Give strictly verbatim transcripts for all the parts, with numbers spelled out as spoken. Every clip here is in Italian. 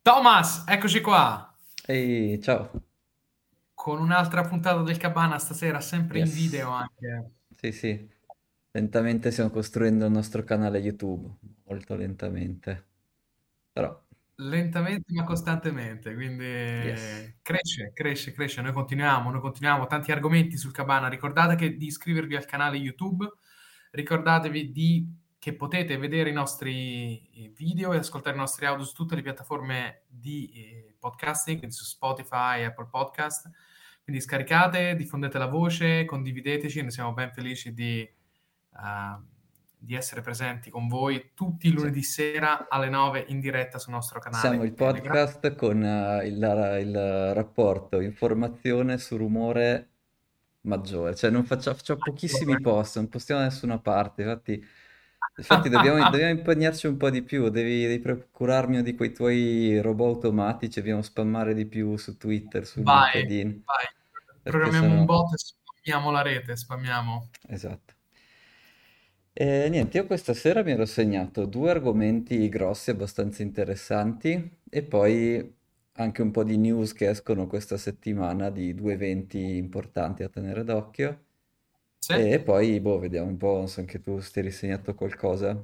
Thomas, eccoci qua Ehi, ciao. con un'altra puntata del Cabana stasera, sempre in Yes. video anche. Sì, sì. Lentamente stiamo costruendo il nostro canale YouTube. Molto lentamente. Però, Lentamente ma costantemente, quindi yes. cresce, cresce, cresce. Noi continuiamo, noi continuiamo, tanti argomenti sul Cabana. Ricordate che di iscrivervi al canale YouTube, ricordatevi di, che potete vedere i nostri eh, video e ascoltare i nostri audio su tutte le piattaforme di eh, podcasting, quindi su Spotify, Apple Podcast. Quindi scaricate, diffondete la voce, condivideteci, noi siamo ben felici di, eh, di essere presenti con voi tutti i Sì. lunedì sera alle nove in diretta sul nostro Siamo canale il Telegram. podcast con eh, il, il rapporto informazione su rumore maggiore. Cioè, non faccia- facciamo pochissimi post, non postiamo da nessuna parte. Infatti, infatti dobbiamo, dobbiamo impegnarci un po' di più. Devi, devi procurarmi uno di quei tuoi robot automatici. Dobbiamo spammare di più su Twitter, su Vai, LinkedIn. vai. Perché Programmiamo un sennò... bot e spammiamo la rete, spammiamo. Esatto. E niente, io questa sera mi ero segnato due argomenti grossi, abbastanza interessanti, e poi anche un po' di news che escono questa settimana di due eventi importanti a tenere d'occhio. Sì? E poi, boh, vediamo un po' se anche tu ti eri segnato qualcosa.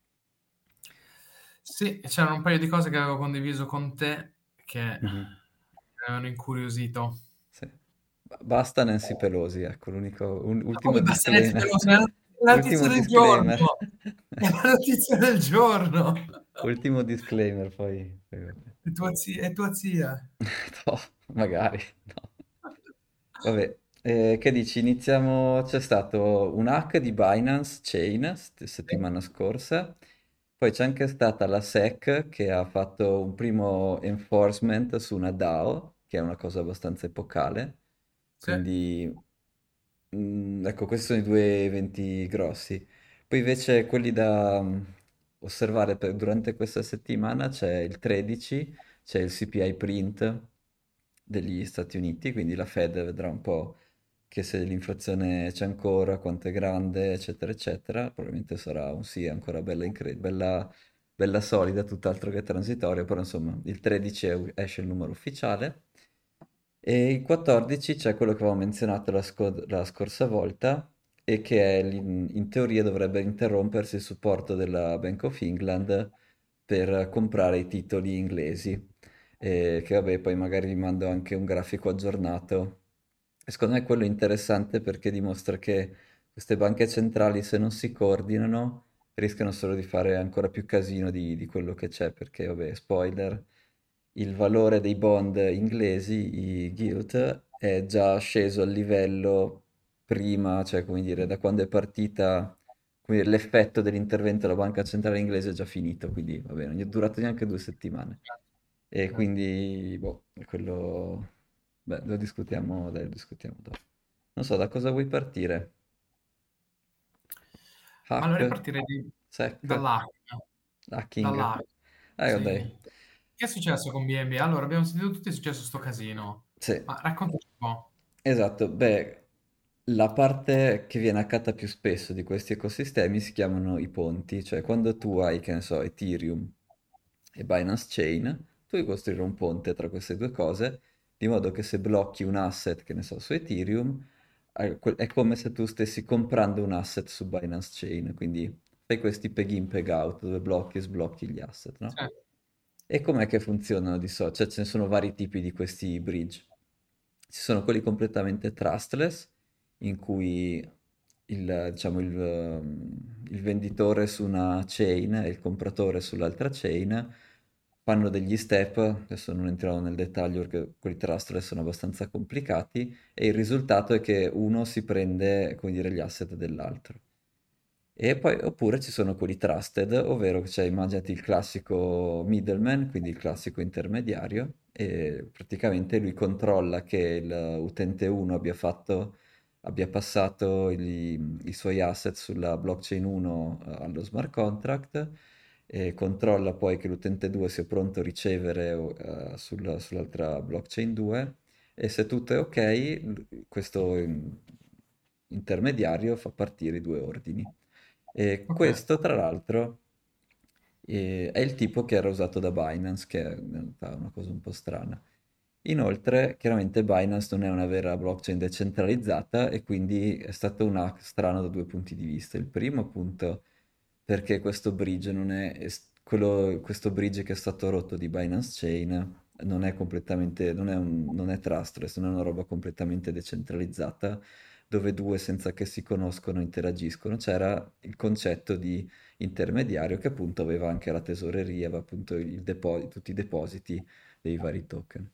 Sì, c'erano un paio di cose che avevo condiviso con te che mi Mhm. avevano incuriosito. Sì. Ba- Basta Nancy Pelosi, ecco, l'unico, un- Ma ultimo come Bassanetti disclaimer. Pelosi? È la Ultimo notizia del giorno! disclaimer. È la notizia del giorno! Ultimo disclaimer, poi... poi vabbè. È tua zia, è tua zia. No, magari, no. Vabbè, eh, che dici? Iniziamo. C'è stato un hack di Binance Chain st- Sì, settimana scorsa, poi c'è anche stata la S E C che ha fatto un primo enforcement su una DAO, che è una cosa abbastanza epocale, sì. quindi mm, ecco, questi sono i due eventi grossi. Poi invece quelli da mm, osservare per- durante questa settimana c'è il tredici, c'è il C P I print degli Stati Uniti, quindi la Fed vedrà un po' che se l'inflazione c'è ancora, quanto è grande, eccetera, eccetera. Probabilmente sarà un sì ancora bella, incre- bella, bella solida, tutt'altro che transitorio, però insomma il tredici è- esce il numero ufficiale. E il quattordici c'è quello che avevo menzionato la, sco- la scorsa volta e che è l'in- in teoria dovrebbe interrompersi il supporto della Bank of England per comprare i titoli inglesi. E che vabbè, poi magari vi mando anche un grafico aggiornato. E secondo me quello è interessante perché dimostra che queste banche centrali, se non si coordinano, rischiano solo di fare ancora più casino di, di quello che c'è, perché vabbè, spoiler, il valore dei bond inglesi, i gilt, è già sceso al livello prima, cioè come dire, da quando è partita, come dire, l'effetto dell'intervento della banca centrale inglese è già finito, quindi va bene, non è durato neanche due settimane. E quindi, boh, quello, beh, lo discutiamo, dai, lo discutiamo dopo. Non so, da cosa vuoi partire? Ma allora Hack? ripartirei di- Sec? dall'A. Hacking? Dall'A. Eh, dai. Sì. Che è successo con B N B? Allora, abbiamo sentito tutti, è successo sto casino. Sì. Ma raccontaci un po'. Esatto, beh, la parte che viene hackata più spesso di questi ecosistemi si chiamano i ponti, cioè quando tu hai, che ne so, Ethereum e Binance Chain, tu puoi costruire un ponte tra queste due cose, di modo che se blocchi un asset, che ne so, su Ethereum, eh, que- è come se tu stessi comprando un asset su Binance Chain, quindi fai questi peg in, peg out, dove blocchi e sblocchi gli asset, no? Sì. E com'è che funzionano di solito? Cioè, ce ne sono vari tipi di questi bridge. Ci sono quelli completamente trustless, in cui il, diciamo, il, ehm, il venditore su una chain e il compratore sull'altra chain fanno degli step, adesso non entriamo nel dettaglio perché quelli trustless sono abbastanza complicati, e il risultato è che uno si prende, come dire, gli asset dell'altro. E poi, oppure ci sono quelli trusted, ovvero che c'è, immaginati il classico middleman, quindi il classico intermediario, e praticamente lui controlla che l'utente uno abbia fatto, abbia passato i, i suoi asset sulla blockchain uno eh, allo smart contract, e controlla poi che l'utente due sia pronto a ricevere eh, sulla- sull'altra blockchain due, e se tutto è ok, l- questo mm, intermediario fa partire i due ordini. E Ok. questo, tra l'altro, E è il tipo che era usato da Binance, che è in realtà una cosa un po' strana. Inoltre, chiaramente Binance non è una vera blockchain decentralizzata e quindi è stato un hack strano da due punti di vista. Il primo, appunto, perché questo bridge non è, es- quello- questo bridge che è stato rotto di Binance Chain non è completamente, non è un, non è trustless, non è una roba completamente decentralizzata dove due senza che si conoscono interagiscono. C'era il concetto di intermediario che appunto aveva anche la tesoreria, aveva appunto il depo- tutti i depositi dei vari token.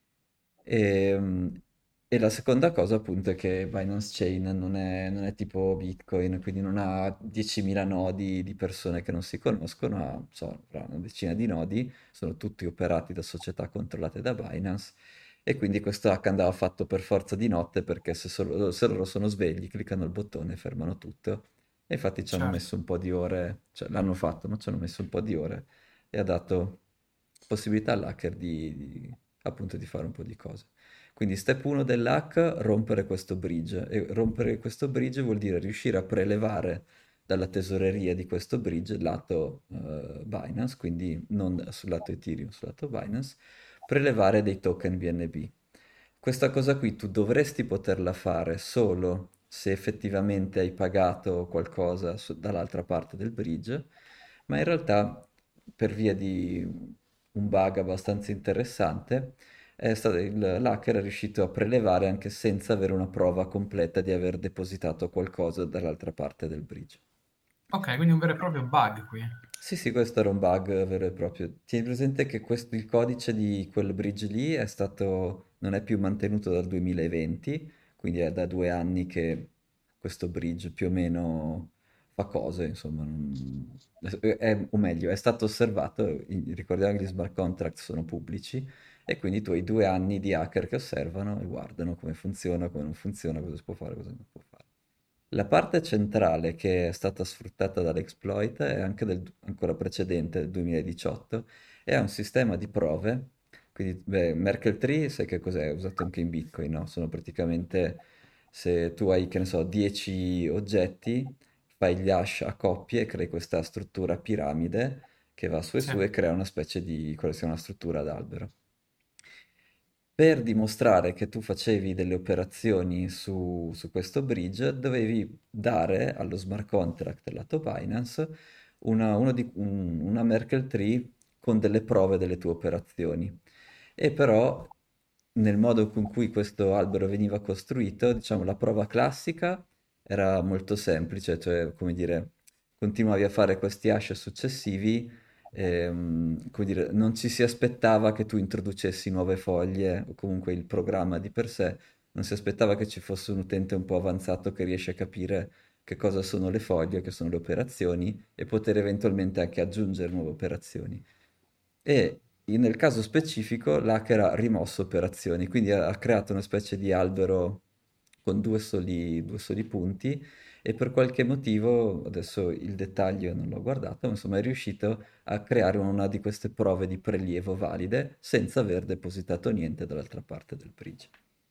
E, mm, e la seconda cosa appunto è che Binance Chain non è, non è tipo Bitcoin, quindi non ha diecimila nodi di persone che non si conoscono, ha so, avrà una decina di nodi, sono tutti operati da società controllate da Binance e quindi questo hack andava fatto per forza di notte perché se, solo- se loro sono svegli cliccano il bottone e fermano tutto. E infatti ci hanno Certo, messo un po' di ore, cioè l'hanno fatto, ma ci hanno messo un po' di ore e ha dato possibilità all'hacker di, di- appunto di fare un po' di cose. Quindi step uno dell'hack, rompere questo bridge. E rompere questo bridge vuol dire riuscire a prelevare dalla tesoreria di questo bridge lato eh, Binance, quindi non sul lato Ethereum, sul lato Binance, prelevare dei token B N B. Questa cosa qui tu dovresti poterla fare solo se effettivamente hai pagato qualcosa su- dall'altra parte del bridge, ma in realtà per via di un bug abbastanza interessante è stato, il, l'hacker è riuscito a prelevare anche senza avere una prova completa di aver depositato qualcosa dall'altra parte del bridge. ok, quindi un vero e proprio bug qui. Sì, sì, questo era un bug vero e proprio. Tieni presente che questo- il codice di quel bridge lì è stato, non è più mantenuto dal duemilaventi, quindi è da due anni che questo bridge più o meno fa cose, insomma, non- è- o meglio, è stato osservato, i- ricordiamo che gli smart contract sono pubblici, e quindi tu hai due anni di hacker che osservano e guardano come funziona, come non funziona, cosa si può fare, cosa non si può fare. La parte centrale che è stata sfruttata dall'exploit è anche del, ancora precedente, del duemiladiciotto, e ha un sistema di prove, quindi beh, Merkle tre sai che cos'è? È usato anche in Bitcoin, no? Sono praticamente se tu hai, che ne so, dieci oggetti, fai gli hash a coppie e crei questa struttura a piramide che va su e Sì, su e crea una specie di, quella che sia una struttura ad albero. Per dimostrare che tu facevi delle operazioni su, su questo bridge, dovevi dare allo smart contract lato Binance una, uno di- un- una Merkle tree con delle prove delle tue operazioni. E però nel modo con cui questo albero veniva costruito, diciamo, la prova classica era molto semplice, cioè, come dire, continuavi a fare questi hash successivi, ehm, come dire, non ci si aspettava che tu introducessi nuove foglie, o comunque il programma di per sé, non si aspettava che ci fosse un utente un po' avanzato che riesce a capire che cosa sono le foglie, che sono le operazioni, e poter eventualmente anche aggiungere nuove operazioni. E nel caso specifico l'hacker ha rimosso operazioni, quindi ha, ha creato una specie di albero con due soli, due soli punti e per qualche motivo, adesso il dettaglio non l'ho guardato, ma insomma è riuscito a creare una di queste prove di prelievo valide senza aver depositato niente dall'altra parte del bridge.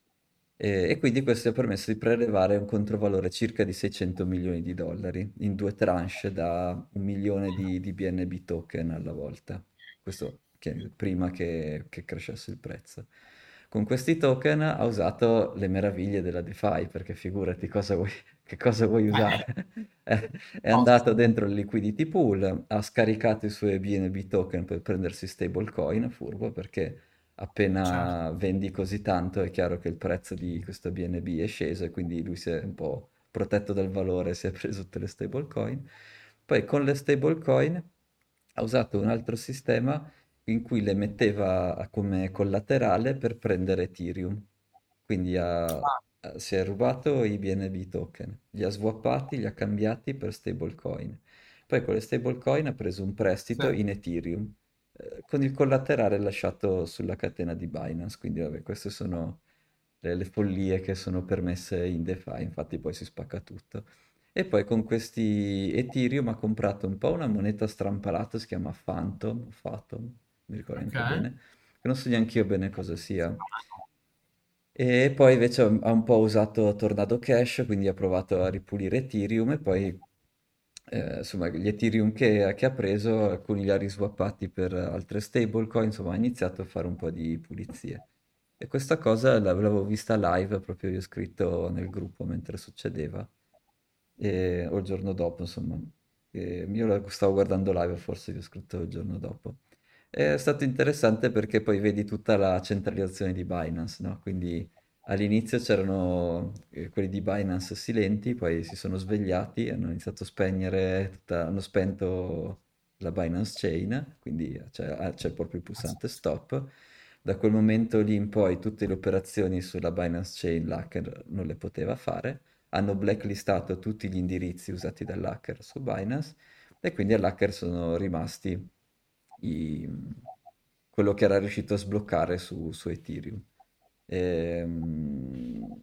E, e quindi questo ha permesso di prelevare un controvalore circa di seicento milioni di dollari in due tranche da un milione di, di B N B token alla volta. Questo che- prima che, che crescesse il prezzo. Con questi token ha usato le meraviglie della DeFi, perché figurati cosa vuoi, che cosa vuoi eh, usare. È è ottimo, andato dentro il liquidity pool, ha scaricato i suoi B N B token per prendersi stablecoin, furbo, perché certo. appena vendi così tanto è chiaro che il prezzo di questo B N B è sceso e quindi lui si è un po' protetto dal valore, si è preso tutte le stablecoin. Poi con le stablecoin ha usato un altro sistema in cui le metteva come collaterale per prendere Ethereum. Quindi ha- Ah, ha- si è rubato i B N B token, li ha swappati, li ha cambiati per stablecoin. Poi con le stablecoin ha preso un sì. prestito in Ethereum eh, con il collaterale lasciato sulla catena di Binance. Quindi vabbè, queste sono le, le follie che sono permesse in DeFi, infatti poi si spacca tutto. E poi con questi Ethereum ha comprato un po' una moneta strampalata, si chiama Phantom, Phantom, non mi ricordo Ok. neanche bene, che non so neanche io bene cosa sia. E poi invece ha un po' usato Tornado Cash, quindi ha provato a ripulire Ethereum e poi eh, insomma, gli Ethereum che, che ha preso, alcuni li ha riswappati per altre stablecoin, insomma, ha iniziato a fare un po' di pulizie. E questa cosa l'avevo vista live, proprio io ho scritto nel gruppo mentre succedeva, e- o il giorno dopo, insomma. E io la stavo guardando live, forse vi ho scritto il giorno dopo. È stato interessante perché poi vedi tutta la centralizzazione di Binance, no? Quindi all'inizio c'erano eh, quelli di Binance silenti, poi si sono svegliati, hanno iniziato a spegnere, tutta- hanno spento la Binance Chain, quindi c'è ah, c'è proprio il pulsante stop. Da quel momento lì in poi tutte le operazioni sulla Binance Chain l'hacker non le poteva fare, hanno blacklistato tutti gli indirizzi usati dall'hacker su Binance e quindi all'hacker sono rimasti i- quello che era riuscito a sbloccare su, su Ethereum. Ehm,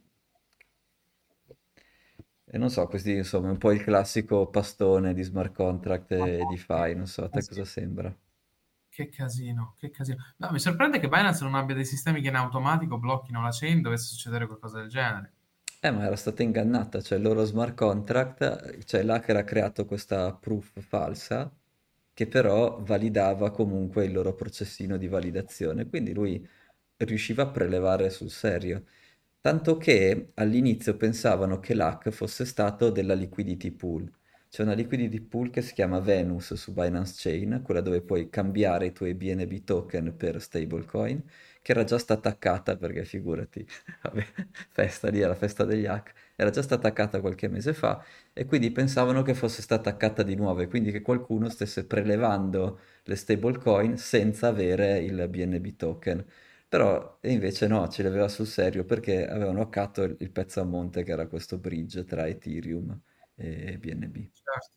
E, non so, questi insomma è un po' il classico pastone di smart contract e Che DeFi, non so, a te cosa casino, sembra? che casino, che casino. No, mi sorprende che Binance non abbia dei sistemi che in automatico blocchino la chain dovesse succedere qualcosa del genere. Eh, ma era stata ingannata, cioè il loro smart contract, cioè l'hacker ha creato questa proof falsa che però validava comunque il loro processino di validazione, quindi lui riusciva a prelevare sul serio. Tanto che all'inizio pensavano che l'hack fosse stato della liquidity pool. C'è una liquidity pool che si chiama Venus su Binance Chain, quella dove puoi cambiare i tuoi B N B token per stablecoin, che era già stata hackata perché figurati, vabbè, festa lì, alla festa degli hack, era già stata hackata qualche mese fa e quindi pensavano che fosse stata hackata di nuovo e quindi che qualcuno stesse prelevando le stablecoin senza avere il B N B token. Però e invece no, ce l'aveva sul serio perché avevano hackato il, il pezzo a monte che era questo bridge tra Ethereum e B N B. Certo.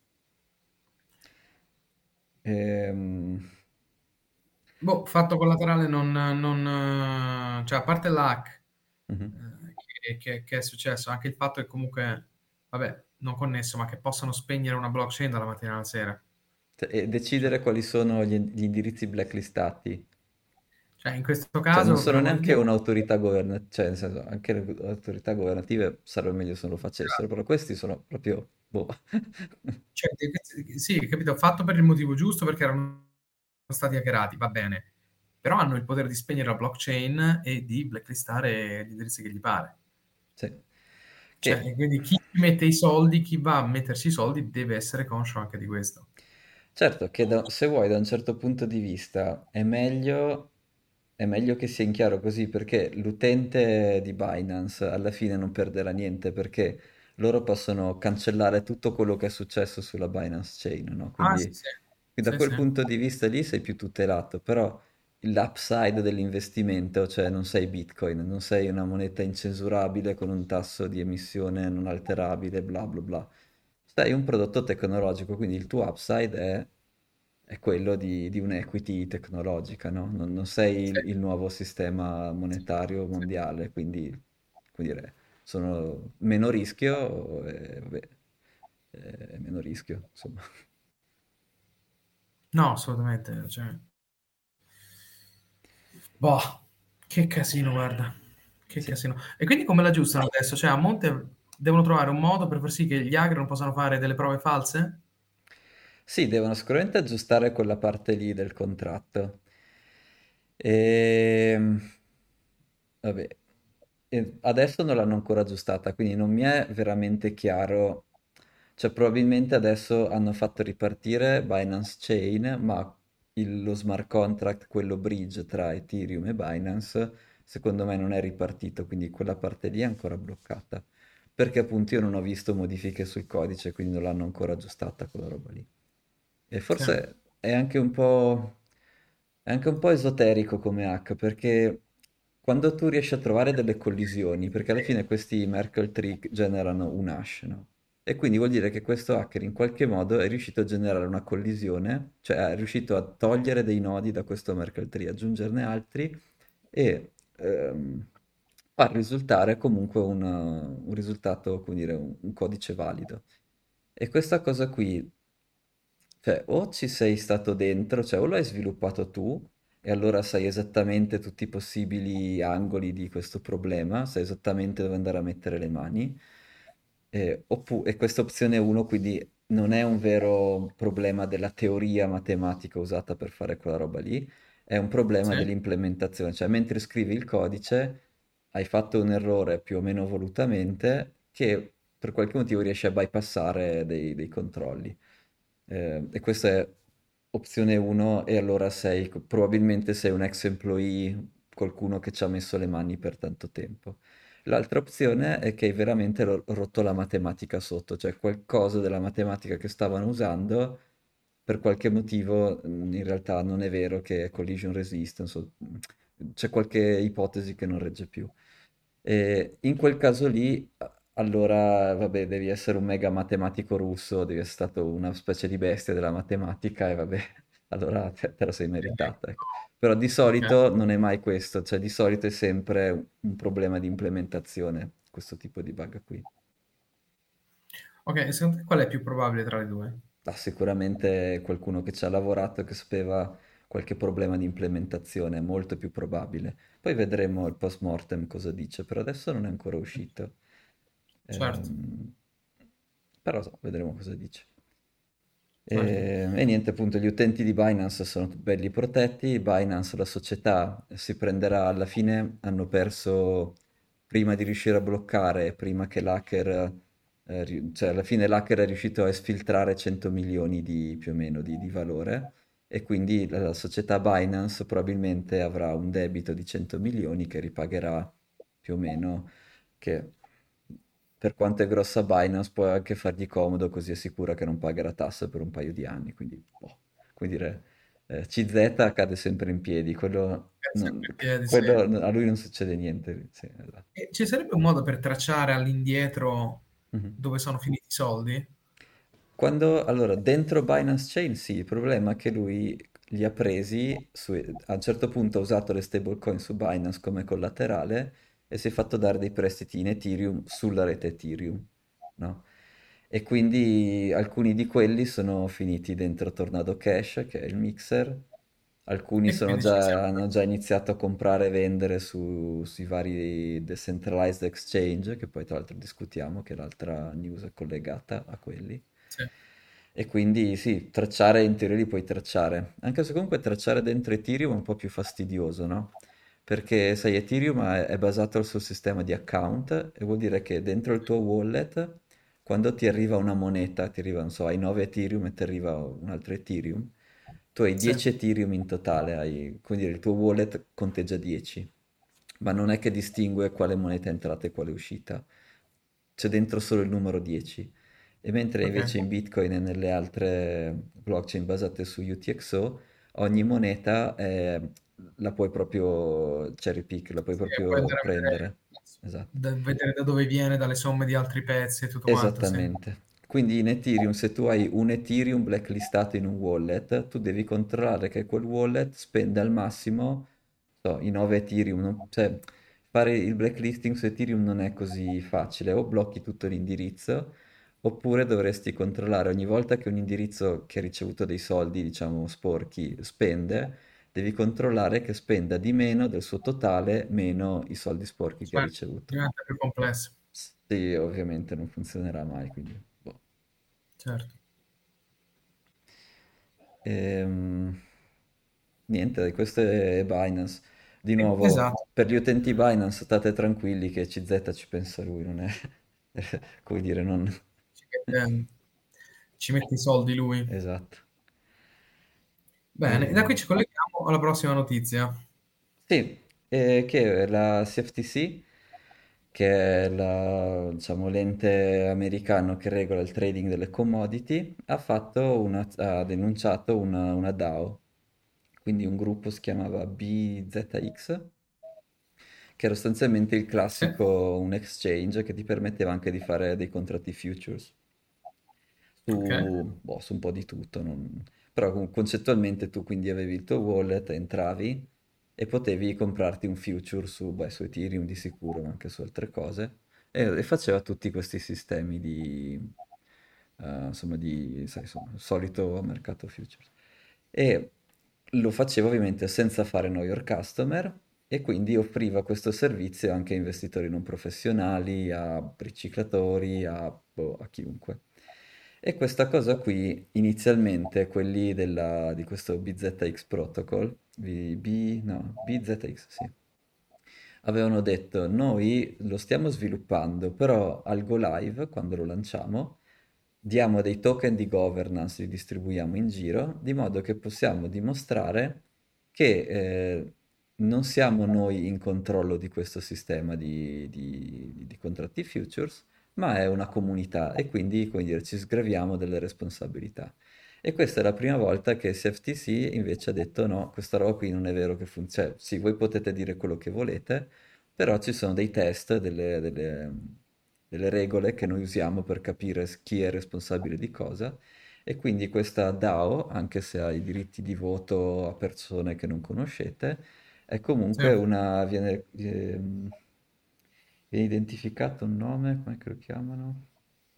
Ehm, Boh, fatto collaterale non, non, eh, cioè a parte l'hack mhm. eh, che, che- che è successo, anche il fatto che comunque, vabbè, non connesso, ma che possano spegnere una blockchain dalla mattina alla sera. Cioè, e Cioè, decidere quali sono gli, gli indirizzi blacklistati. cioè, in questo Cioè, non caso, per sono l'amor di neanche Dio, un'autorità governativa, cioè, nel senso, anche le autorità governative sarebbe meglio se non lo facessero, però questi sono proprio, boh. cioè, de- sì, capito, fatto per il motivo giusto, perché erano stati hackerati, va bene, però hanno il potere di spegnere la blockchain e di blacklistare gli indirizzi che gli pare. Sì. Cioè, Che e quindi chi ci mette i soldi, chi va a mettersi i soldi, deve essere conscio anche di questo. certo che da- se vuoi da un certo punto di vista è meglio, è meglio che sia in chiaro così perché l'utente di Binance alla fine non perderà niente perché loro possono cancellare tutto quello che è successo sulla Binance Chain, no? Ah, sì, Quindi, sì, quindi da sì, quel sì. punto di vista lì sei più tutelato, però l'upside dell'investimento, cioè non sei Bitcoin, non sei una moneta incensurabile con un tasso di emissione non alterabile, bla bla bla. Sei un prodotto tecnologico, quindi il tuo upside è, è quello di, di un'equity tecnologica, no? Non, non sei Sì, il, il nuovo sistema monetario sì. mondiale, quindi, come dire, sono meno rischio e, vabbè, eh, meno rischio, insomma. No, assolutamente. Cioè, boh, che casino, guarda. Che Sì. casino. E quindi come la aggiustano adesso? Cioè, a monte devono trovare un modo per far sì che gli hacker non possano fare delle prove false? Sì, devono sicuramente aggiustare quella parte lì del contratto. E... Vabbè, e adesso non l'hanno ancora aggiustata, quindi non mi è veramente chiaro. Cioè, probabilmente adesso hanno fatto ripartire Binance Chain, ma il- lo smart contract, quello bridge tra Ethereum e Binance, secondo me non è ripartito, quindi quella parte lì è ancora bloccata. Perché appunto io non ho visto modifiche sul codice, quindi non l'hanno ancora aggiustata quella roba lì. E Sì, forse è anche un po', è anche un po' esoterico come hack, perché quando tu riesci a trovare delle collisioni, perché alla fine questi Merkle tree generano un hash, no? E quindi vuol dire che questo hacker in qualche modo è riuscito a generare una collisione, cioè è riuscito a togliere dei nodi da questo Merkle tree, aggiungerne altri e ehm, far risultare comunque una- un risultato, come dire, un un codice valido. E questa cosa qui, cioè, o ci sei stato dentro, cioè o lo hai sviluppato tu e allora sai esattamente tutti i possibili angoli di questo problema, sai esattamente dove andare a mettere le mani, e, oppu- e questa opzione uno quindi non è un vero problema della teoria matematica usata per fare quella roba lì, è un problema Sì, dell'implementazione. Cioè, mentre scrivi il codice, hai fatto un errore più o meno volutamente che per qualche motivo riesci a bypassare dei, dei controlli. Eh, e questa è opzione uno, e allora sei, probabilmente sei un ex employee, qualcuno che ci ha messo le mani per tanto tempo. L'altra opzione è che hai veramente ro- rotto la matematica sotto, cioè qualcosa della matematica che stavano usando, per qualche motivo, mh, in realtà non è vero che è collision resistance, o- mh, c'è qualche ipotesi che non regge più. E in quel caso lì, a- allora, vabbè, devi essere un mega matematico russo, devi essere stato una specie di bestia della matematica e vabbè, allora te, te la sei meritata, ecco. Però di ok. solito non è mai questo, cioè di solito è sempre un problema di implementazione, questo tipo di bug qui. Ok, secondo te qual è più probabile tra le due? Ah, sicuramente qualcuno che ci ha lavorato e che sapeva qualche problema di implementazione, è molto più probabile. Poi vedremo il post-mortem cosa dice, per adesso non è ancora uscito. Certo, Ehm, Però so, vedremo cosa dice. certo. E, e niente, appunto, gli utenti di Binance sono belli protetti. Binance, la società, si prenderà alla fine, hanno perso prima di riuscire a bloccare, prima che l'hacker, eh, ri- cioè alla fine l'hacker è riuscito a esfiltrare cento milioni di, più o meno di, di valore, e quindi la, la società Binance probabilmente avrà un debito di cento milioni che ripagherà più o meno, che per quanto è grossa Binance può anche fargli comodo, così è sicura che non pagherà tasse per un paio di anni, quindi boh, come dire, eh, C Z cade sempre in piedi, quello, È non- sempre in piedi, sì. quello- a lui non succede niente, sì, esatto. E ci sarebbe un modo per tracciare all'indietro Mhm. dove sono finiti i soldi? Quando, allora, dentro Binance Chain sì, il problema è che lui li ha presi, su- a un certo punto ha usato le stablecoin su Binance come collaterale e si è fatto dare dei prestiti in Ethereum sulla rete Ethereum, no? E quindi alcuni di quelli sono finiti dentro Tornado Cash, che è il mixer, alcuni E sono quindi ci già- siamo. hanno già iniziato a comprare e vendere su- sui vari decentralized exchange, che poi tra l'altro discutiamo, che l'altra news è collegata a quelli. Sì, E quindi sì, tracciare in teoria li puoi tracciare, anche se comunque tracciare dentro Ethereum è un po' più fastidioso, no? Perché sai, Ethereum è, è basato sul sistema di account, e vuol dire che dentro il tuo wallet, quando ti arriva una moneta, ti arriva, non so, hai nove Ethereum e ti arriva un altro Ethereum, tu hai sì, dieci Ethereum in totale, hai, come dire, il tuo wallet conteggia dieci, ma non è che distingue quale moneta è entrata e quale è uscita, c'è dentro solo il numero dieci. E mentre ok. invece in Bitcoin e nelle altre blockchain basate su U T X O, ogni moneta eh, la puoi proprio cherry pick, la puoi Sì, e poi proprio andare a prendere. vedere, Esatto. da, vedere da dove viene, dalle somme di altri pezzi e tutto quanto, sì. Esattamente. Quindi in Ethereum, se tu hai un Ethereum blacklistato in un wallet, tu devi controllare che quel wallet spenda al massimo, so, i nove Ethereum. non- Cioè, fare il blacklisting su Ethereum non è così facile. O blocchi tutto l'indirizzo, oppure dovresti controllare ogni volta che un indirizzo che ha ricevuto dei soldi, diciamo, sporchi, spende, devi controllare che spenda di meno del suo totale, meno i soldi sporchi che ha Cioè, ricevuto. diventa più complesso, Sì, ovviamente non funzionerà mai, quindi boh. certo. Ehm, Niente, dai, questo è Binance. Di Eh, nuovo, Esatto. per gli utenti Binance state tranquilli che C Z ci pensa lui, non è, come dire, non... Ci mette, ci mette i soldi lui. Esatto. Bene, e da qui E- ci colleghiamo alla prossima notizia. Sì, eh, che la C F T C, che è la- diciamo, l'ente americano che regola il trading delle commodity, ha fatto una- ha denunciato una, una DAO, quindi un gruppo si chiamava B Z X, che era sostanzialmente il Sì, classico, un exchange che ti permetteva anche di fare dei contratti futures ok, su, boh, su un po' di tutto, non- però con- concettualmente tu quindi avevi il tuo wallet, entravi e potevi comprarti un future su, beh, su Ethereum di sicuro, ma anche su altre cose, e, e faceva tutti questi sistemi di, eh, insomma, di, sai, insomma, il solito mercato futures. E lo faceva ovviamente senza fare know your customer, e quindi offriva questo servizio anche a investitori non professionali, a riciclatori, a, boh, a chiunque. E questa cosa qui, inizialmente, quelli della- di questo B Z X Protocol, B, B- no, B Z X, sì, avevano detto, noi lo stiamo sviluppando, però al go live, quando lo lanciamo, diamo dei token di governance, li distribuiamo in giro, di modo che possiamo dimostrare che eh, non siamo noi in controllo di questo sistema di, di- di contratti futures, ma è una comunità e quindi, come dire, ci sgraviamo delle responsabilità. E questa è la prima volta che S F T C invece ha detto no, questa roba qui non è vero che funziona. Cioè, sì, voi potete dire quello che volete, però ci sono dei test, delle, delle- delle regole che noi usiamo per capire s- chi è responsabile di cosa. E quindi questa DAO, anche se ha i diritti di voto a persone che non conoscete, è Sì, comunque una... viene, ehm, viene identificato un nome, come che lo chiamano?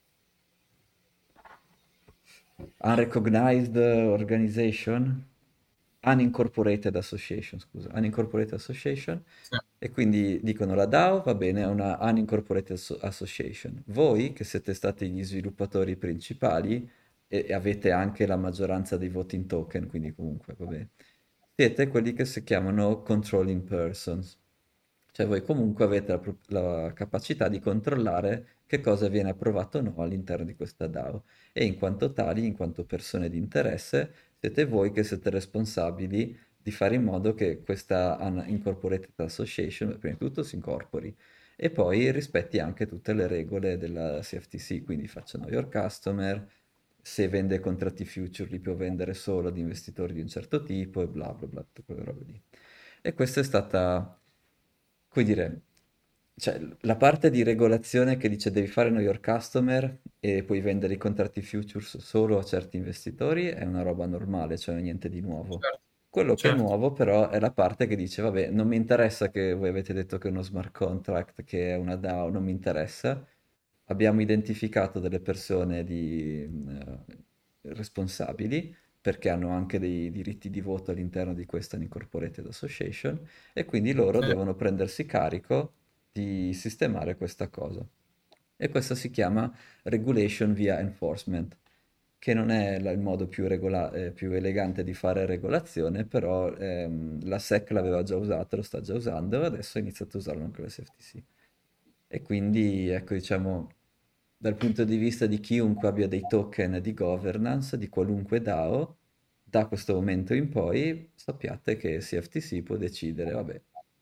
Unrecognized Organization? Unincorporated Association, scusa, Unincorporated Association, sì, e quindi dicono la DAO va bene, è una Unincorporated Asso- Association. Voi, che siete stati gli sviluppatori principali e, e avete anche la maggioranza dei voti in token, quindi comunque va bene, siete quelli che si chiamano controlling persons. Cioè voi comunque avete la, pro- la capacità di controllare che cosa viene approvato o no all'interno di questa DAO e in quanto tali, in quanto persone di interesse, siete voi che siete responsabili di fare in modo che questa un- Incorporated Association, prima di tutto, si incorpori e poi rispetti anche tutte le regole della C F T C, quindi faccia know your customer, se vende contratti future li può vendere solo ad investitori di un certo tipo e bla bla bla, tutte quelle robe lì. E questa è stata, come dire, cioè, la parte di regolazione che dice devi fare know your customer e puoi vendere i contratti futures solo a certi investitori è una roba normale, cioè niente di nuovo. certo, Quello che è certo, nuovo però è la parte che dice, vabbè, non mi interessa che voi avete detto che è uno smart contract, che è una DAO, non mi interessa. Abbiamo identificato delle persone di, eh, responsabili perché hanno anche dei diritti di voto all'interno di questa Incorporated Association e quindi loro sì, devono prendersi carico di sistemare questa cosa. E questo si chiama regulation via enforcement, che non è la- il modo più, regola- eh, più elegante di fare regolazione, però ehm, la S E C l'aveva già usato, lo sta già usando e adesso ha iniziato a usarlo anche la S F T C. E quindi, ecco, diciamo, dal punto di vista di chiunque abbia dei token di governance di qualunque DAO, da questo momento in poi sappiate che C F T C può decidere, vabbè,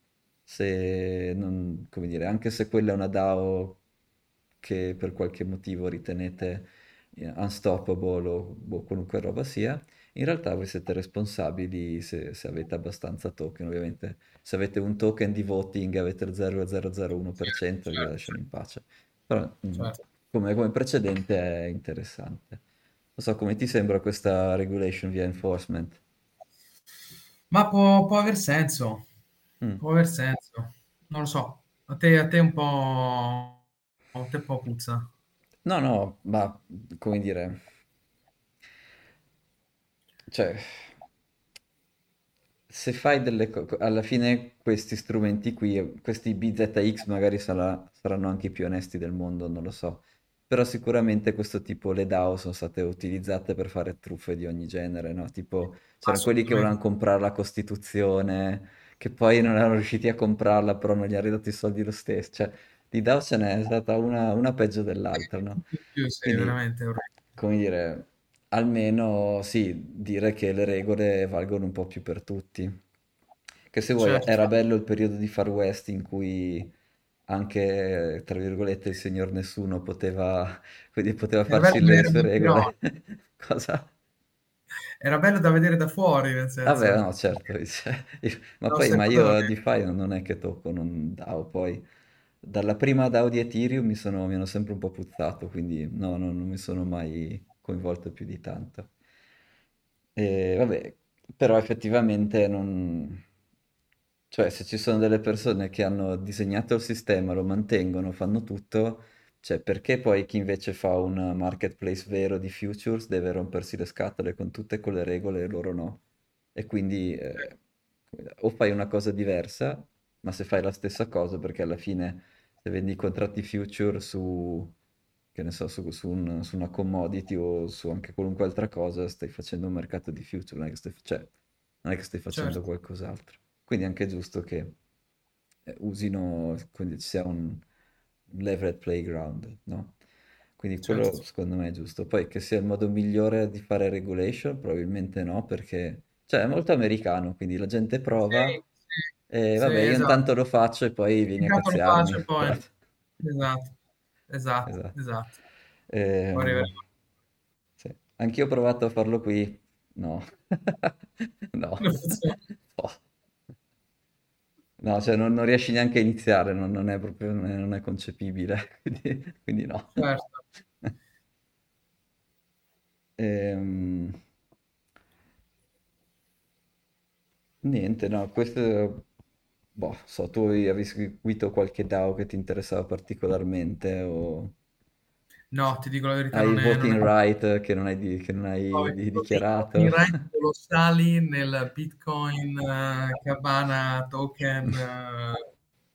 se non, come dire, anche se quella è una DAO che per qualche motivo ritenete eh, unstoppable o boh, qualunque roba sia, in realtà voi siete responsabili se, se avete abbastanza token. Ovviamente se avete un token di voting e avete il zero virgola zero zero uno per cento vi certo, lasciano in pace. Però mm, certo. come, come precedente è interessante. Non so, come ti sembra questa regulation via enforcement? Ma può, può aver senso, Mm. può aver senso. Non lo so, a te, a te un po', a te un po' puzza. No, no, ma come dire, cioè, se fai delle cose, alla fine questi strumenti qui, questi B Z X magari sarà- saranno anche i più onesti del mondo, non lo so. Però sicuramente questo tipo, le DAO sono state utilizzate per fare truffe di ogni genere, no? Tipo, c'erano quelli che volevano Assolutamente. comprare la Costituzione, che poi non erano riusciti a comprarla, però non gli ha ridato i soldi lo stesso. Cioè, di DAO ce n'è stata una, una peggio dell'altra, no? Di più, sì, Quindi, veramente orrendo. come dire, almeno sì, dire che le regole valgono un po' più per tutti. Che se vuoi, Certo. era bello il periodo di Far West in cui anche, tra virgolette, il signor Nessuno poteva, quindi poteva Era bello farsi da le vedere sue da però, regole. Cosa? era bello da vedere da fuori, nel Vabbè, senso, no, certo, dice- io- ma da poi, ma io a osservatore. DeFi non non è che tocco un DAO, poi dalla prima DAO di Ethereum mi sono, mi hanno sempre un po' puzzato, quindi no, no, non mi sono mai coinvolto più di tanto. E vabbè, però effettivamente non... Cioè, se ci sono delle persone che hanno disegnato il sistema, lo mantengono, fanno tutto, cioè perché poi chi invece fa un marketplace vero di futures deve rompersi le scatole con tutte quelle regole e loro no? E quindi eh, come dire, o fai una cosa diversa, ma se fai la stessa cosa, perché alla fine se vendi i contratti future su che ne so, su, su un- su una commodity o su anche qualunque altra cosa, stai facendo un mercato di future, non è che stai, cioè, non è che stai facendo certo, qualcos'altro. Quindi è anche giusto che eh, usino, quindi ci sia un, un levered playground, no? Quindi quello certo. secondo me è giusto. Poi che sia il modo migliore di fare regulation, probabilmente no, perché cioè, è molto americano, quindi la gente Sì, prova sì, e sì, vabbè, io esatto. intanto lo faccio e poi vieni a Intanto lo faccio cazziarmi. e poi... Guarda. Esatto, esatto, Esatto. esatto. Poi Ehm, arriveremo. sì. Anch'io ho provato a farlo qui. No. No. Non funziona. No. No, cioè non, non riesci neanche a iniziare, non, non è proprio, non è, non è concepibile, quindi, quindi no. Certo. Ehm, niente, no, questo, boh, so, tu avevi seguito qualche DAO che ti interessava particolarmente o No, ti dico la verità, hai non è, non voting è right che non hai, di- che non hai di- dichiarato? i right colossali nel Bitcoin eh, Cabana token. eh.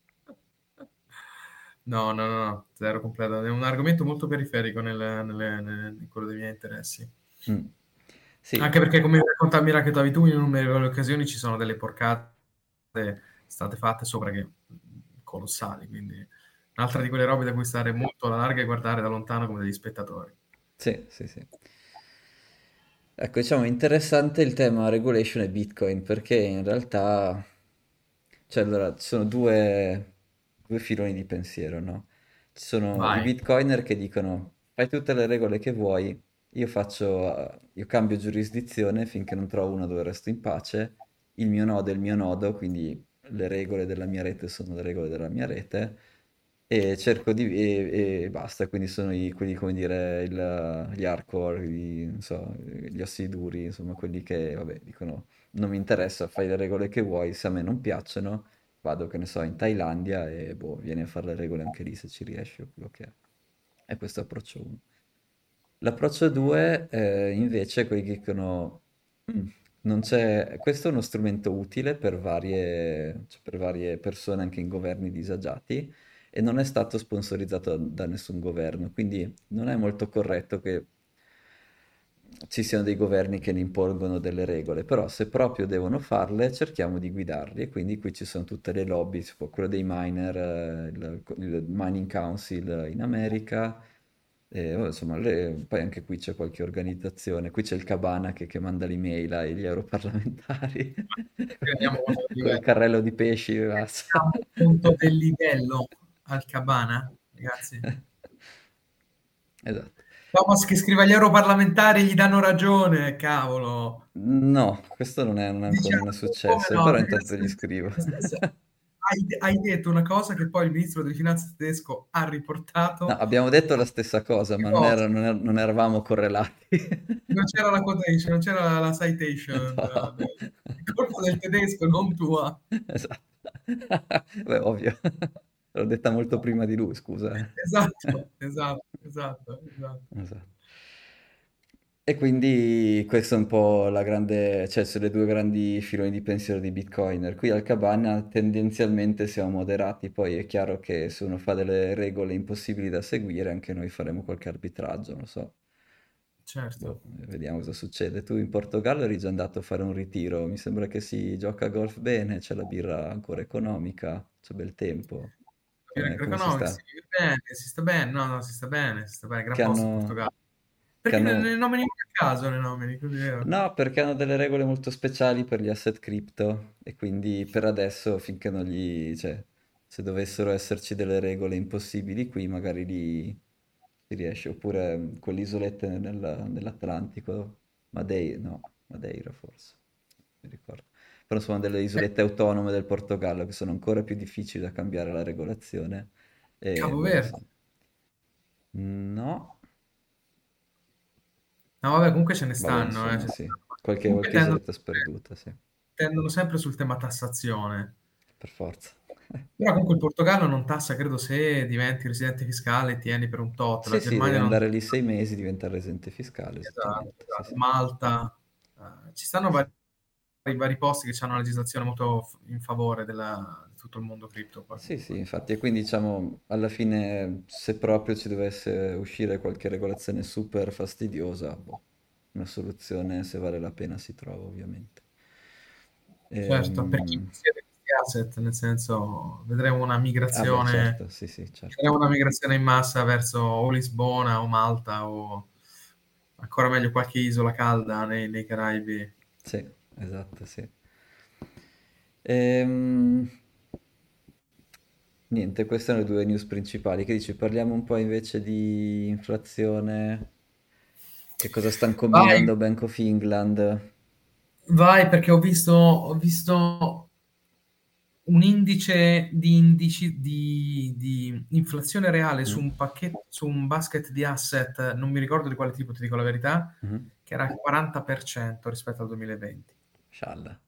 No, no, no, no, zero completo. È un argomento molto periferico nel, nelle- nelle- in quello dei miei interessi. Mm. Sì, Anche perché, come raccontavi, mi raccontavi tu, in innumerevoli occasioni ci sono delle porcate state fatte sopra che colossali. Quindi, un'altra sì, di quelle robe da cui stare molto alla larga e guardare da lontano come degli spettatori. sì, sì, sì. Ecco, diciamo, interessante il tema regulation e Bitcoin, perché in realtà, cioè, allora, ci sono due, due filoni di pensiero, no? Ci sono i Vai. Bitcoiner che dicono, fai tutte le regole che vuoi, io faccio, eh, io cambio giurisdizione finché non trovo una dove resto in pace, il mio nodo è il mio nodo, quindi le regole della mia rete sono le regole della mia rete, e cerco di... e, e basta, quindi sono i, quelli, come dire, il- gli hardcore, i- non so, gli ossi duri, insomma, quelli che, vabbè, dicono, non mi interessa, fai le regole che vuoi, se a me non piacciono, vado, che ne so, in Thailandia e, boh, vieni a fare le regole anche lì se ci riesci o quello che è. E questo è approccio uno. L'approccio due, eh, invece, quelli che dicono, "Mm, non c'è, questo è uno strumento utile per varie, cioè per varie persone anche in governi disagiati e non è stato sponsorizzato da, da nessun governo, quindi non è molto corretto che ci siano dei governi che ne impongono delle regole, però se proprio devono farle, cerchiamo di guidarli e quindi qui ci sono tutte le lobby, tipo quello dei miner, eh, il, il Mining Council in America, e, oh, insomma, le- poi anche qui c'è qualche organizzazione, qui c'è il Cabana che, che manda l'email agli europarlamentari Qui andiamo molto a col livello. carrello di pesci e basta. Siamo punto del livello al Cabana, ragazzi. Esatto. Thomas che scrive agli europarlamentari gli danno ragione, cavolo. No, questo non è, non è ancora non è Diciamo, come successo, no? però Perché intanto se- gli scrivo. se- se- hai, hai detto una cosa che poi il ministro delle finanze tedesco ha No, riportato. abbiamo detto la stessa cosa, Che ma non, era- cosa? non er- non eravamo correlati. Non c'era la quotation, non c'era la, la citation. No. eh, È colpa del tedesco, non tua. Esatto. Beh, ovvio. L'ho detta molto prima di lui, scusa. Esatto, esatto, esatto, esatto. Esatto. E quindi questa è un po' la grande, cioè sono le due grandi filoni di pensiero di Bitcoiner. Qui al Cabana tendenzialmente siamo moderati, poi è chiaro che se uno fa delle regole impossibili da seguire, anche noi faremo qualche arbitraggio, non so. Certo. Boh, vediamo cosa succede. Tu in Portogallo eri già andato a fare un ritiro, mi sembra che si gioca a golf bene, c'è la birra ancora economica, c'è bel tempo. Come, come si Economics, sta? si vive bene, si sta bene, no, no, si sta bene, si sta bene, gran Che posto il hanno, Portogallo. che Perché ne, hanno ne nomini a caso, ne nomini, così è vero. No, perché hanno delle regole molto speciali per gli asset crypto e quindi per adesso finché non gli, cioè, se dovessero esserci delle regole impossibili qui magari lì si riesce, oppure mm, quelle isolette nel- nell'Atlantico, Madeira, no, Madeira forse, non mi ricordo. Però sono delle Eh, isolette autonome del Portogallo che sono ancora più difficili da cambiare la regolazione e Capo boh, Verde. insomma. No, No, vabbè, comunque ce ne vabbè, stanno, eh, insomma, ce ne sì, stanno. qualche, Comunque qualche tendono, isoletta sperduta, sì, tendono sempre sul tema tassazione. per forza. Però comunque il Portogallo non tassa, credo, se diventi residente fiscale e tieni per un tot. La Sì, sì, devi Germania non... andare lì sei mesi, diventare residente fiscale, Esatto, esattamente. Sì, esatto. sì. Malta. Eh, ci stanno vari i vari posti che hanno una legislazione molto f- in favore della- di tutto il mondo cripto qua Sì, sì, comunque. infatti, e quindi diciamo, alla fine, se proprio ci dovesse uscire qualche regolazione super fastidiosa, boh, una soluzione, se vale la pena, si trova ovviamente. Certo, per chi Ehm, possiede questi asset, nel senso, vedremo una Ah beh, migrazione, certo, sì, sì, certo. vedremo una migrazione in massa verso o Lisbona o Malta o ancora meglio qualche isola calda nei, nei Caraibi. Sì, esatto, sì. Ehm, Niente, queste sono le due news principali. Che dici? Parliamo un po' invece di inflazione, che cosa stanno Vai, combinando Bank of England. vai, perché ho visto, ho visto un indice di, indici di, di inflazione reale su Mm? un pacchetto, su un basket di asset, non mi ricordo di quale tipo, ti dico la verità, Mhm. che era al quaranta per cento rispetto al duemilaventi. Scialla.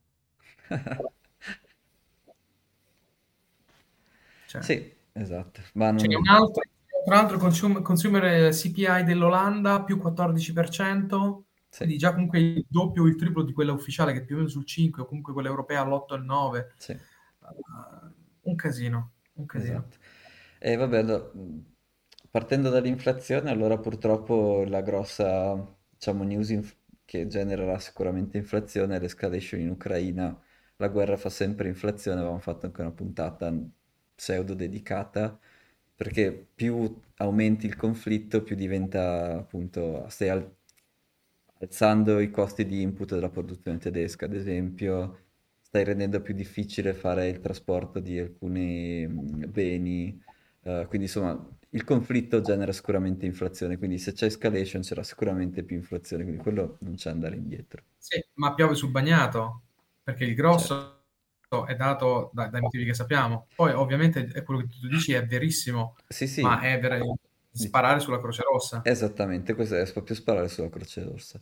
Cioè, Sì, esatto. Ma ce n'è un non... altro, tra l'altro consum- consumer C P I dell'Olanda più quattordici per cento, Sì, quindi già comunque il doppio o il triplo di quella ufficiale che è più o meno sul cinque, o comunque quella europea all'otto e al nove. sì. Uh, un casino, un casino. Esatto. E vabbè, allo- partendo dall'inflazione, allora purtroppo la grossa, diciamo, news inf- che genererà sicuramente inflazione è l'escalation in Ucraina. La guerra fa sempre inflazione, avevamo fatto anche una puntata pseudo dedicata, perché più aumenti il conflitto, più diventa appunto, stai al- alzando i costi di input della produzione tedesca, ad esempio, stai rendendo più difficile fare il trasporto di alcuni mm, beni, eh, quindi insomma il conflitto genera sicuramente inflazione, quindi se c'è escalation c'era sicuramente più inflazione, quindi quello non c'è andare indietro. Sì, ma piove sul bagnato, perché il Certo. grosso è dato da- dai motivi che sappiamo. Poi ovviamente è quello che tu dici è verissimo, Sì, ma sì, è ver- dic- sparare sulla Croce Rossa. esattamente, questo è proprio sparare sulla Croce Rossa.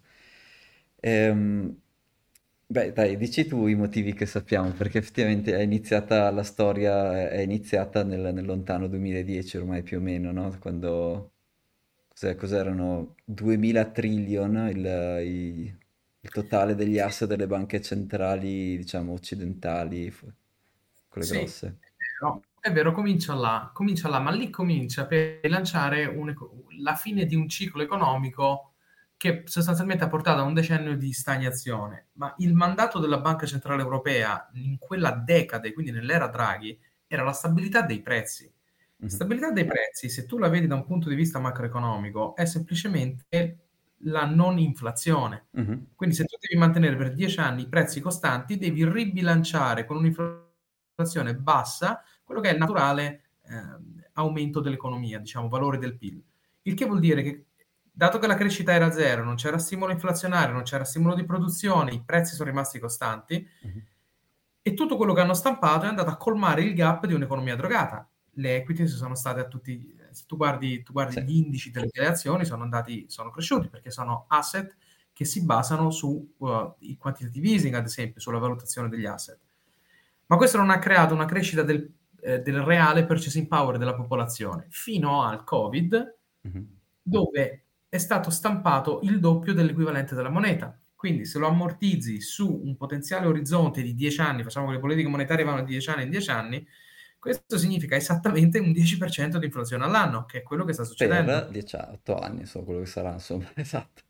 Ehm, Beh, dai, dici tu i motivi che sappiamo, perché effettivamente è iniziata la storia, è iniziata nel, nel lontano duemiladieci ormai più o meno, no? Quando, cos'è- cos'erano duemila trillion il, i- il totale degli Sì, asset delle banche centrali, diciamo, occidentali, fu- quelle sì, grosse. è vero, è vero, comincia là, comincia là, ma lì comincia per lanciare un eco- la fine di un ciclo economico che sostanzialmente ha portato a un decennio di stagnazione. Ma il mandato della Banca Centrale Europea in quella decade, quindi nell'era Draghi, era la stabilità dei prezzi. Mhm, Stabilità dei prezzi, se tu la vedi da un punto di vista macroeconomico, è semplicemente la non inflazione. mhm. Quindi se tu devi mantenere per dieci anni i prezzi costanti, devi ribilanciare con un'inflazione bassa quello che è il naturale ehm, aumento dell'economia, diciamo, valore del P I L. Il che vuol dire che, dato che la crescita era zero, non c'era stimolo inflazionario, non c'era stimolo di produzione, i prezzi sono rimasti costanti, Mhm. e tutto quello che hanno stampato è andato a colmare il gap di un'economia drogata. Le equity sono state a tutti, se tu guardi, tu guardi Sì. gli indici delle delle azioni, sono andati, sono cresciuti perché sono asset che si basano su uh, il quantitative easing, ad esempio, sulla valutazione degli asset. Ma questo non ha creato una crescita del, eh, del reale purchasing power della popolazione fino al Covid, Mhm. dove è stato stampato il doppio dell'equivalente della moneta. Quindi se lo ammortizzi su un potenziale orizzonte di dieci anni, facciamo che le politiche monetarie vanno di dieci anni in dieci anni, questo significa esattamente un dieci per cento di inflazione all'anno, che è quello che sta Per succedendo. dieci, otto anni, so quello che sarà, insomma, esatto.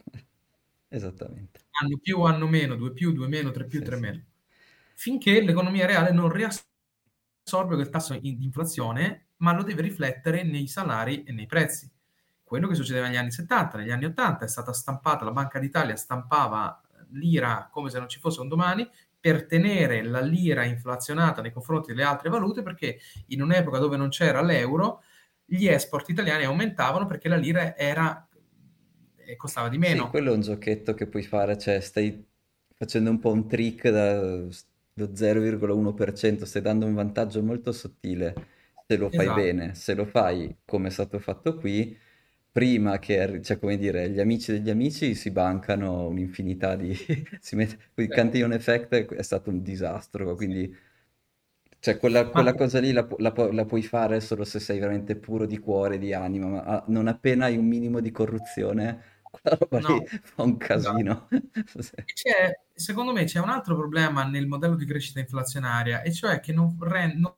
Esattamente. Anno più, anno meno, due più, due meno, tre più, Sì, tre sì. meno. Finché l'economia reale non riassorbe quel tasso di inflazione, ma lo deve riflettere nei salari e nei prezzi. Quello che succedeva negli anni settanta, negli anni ottanta è stata stampata, la Banca d'Italia stampava lira come se non ci fosse un domani per tenere la lira inflazionata nei confronti delle altre valute, perché in un'epoca dove non c'era l'euro, gli export italiani aumentavano perché la lira era, eh, costava di Sì, meno. quello è un giochetto che puoi fare, cioè stai facendo un po' un trick dallo zero virgola uno per cento, stai dando un vantaggio molto sottile se lo fai Esatto. bene, se lo fai come è stato fatto qui, prima che, arri- cioè come dire, gli amici degli amici si bancano un'infinità di... si mette... Il Sì, Cantillon Effect è è stato un disastro, sì. quindi cioè quella, Ma quella cosa lì la, pu- la pu- la puoi fare solo se sei veramente puro di cuore, di anima, ma ah, non appena hai un minimo di corruzione quella roba lì No, fa un esatto. casino. Sì. E c'è, secondo me c'è un altro problema nel modello di crescita inflazionaria, e cioè che non, ren- non-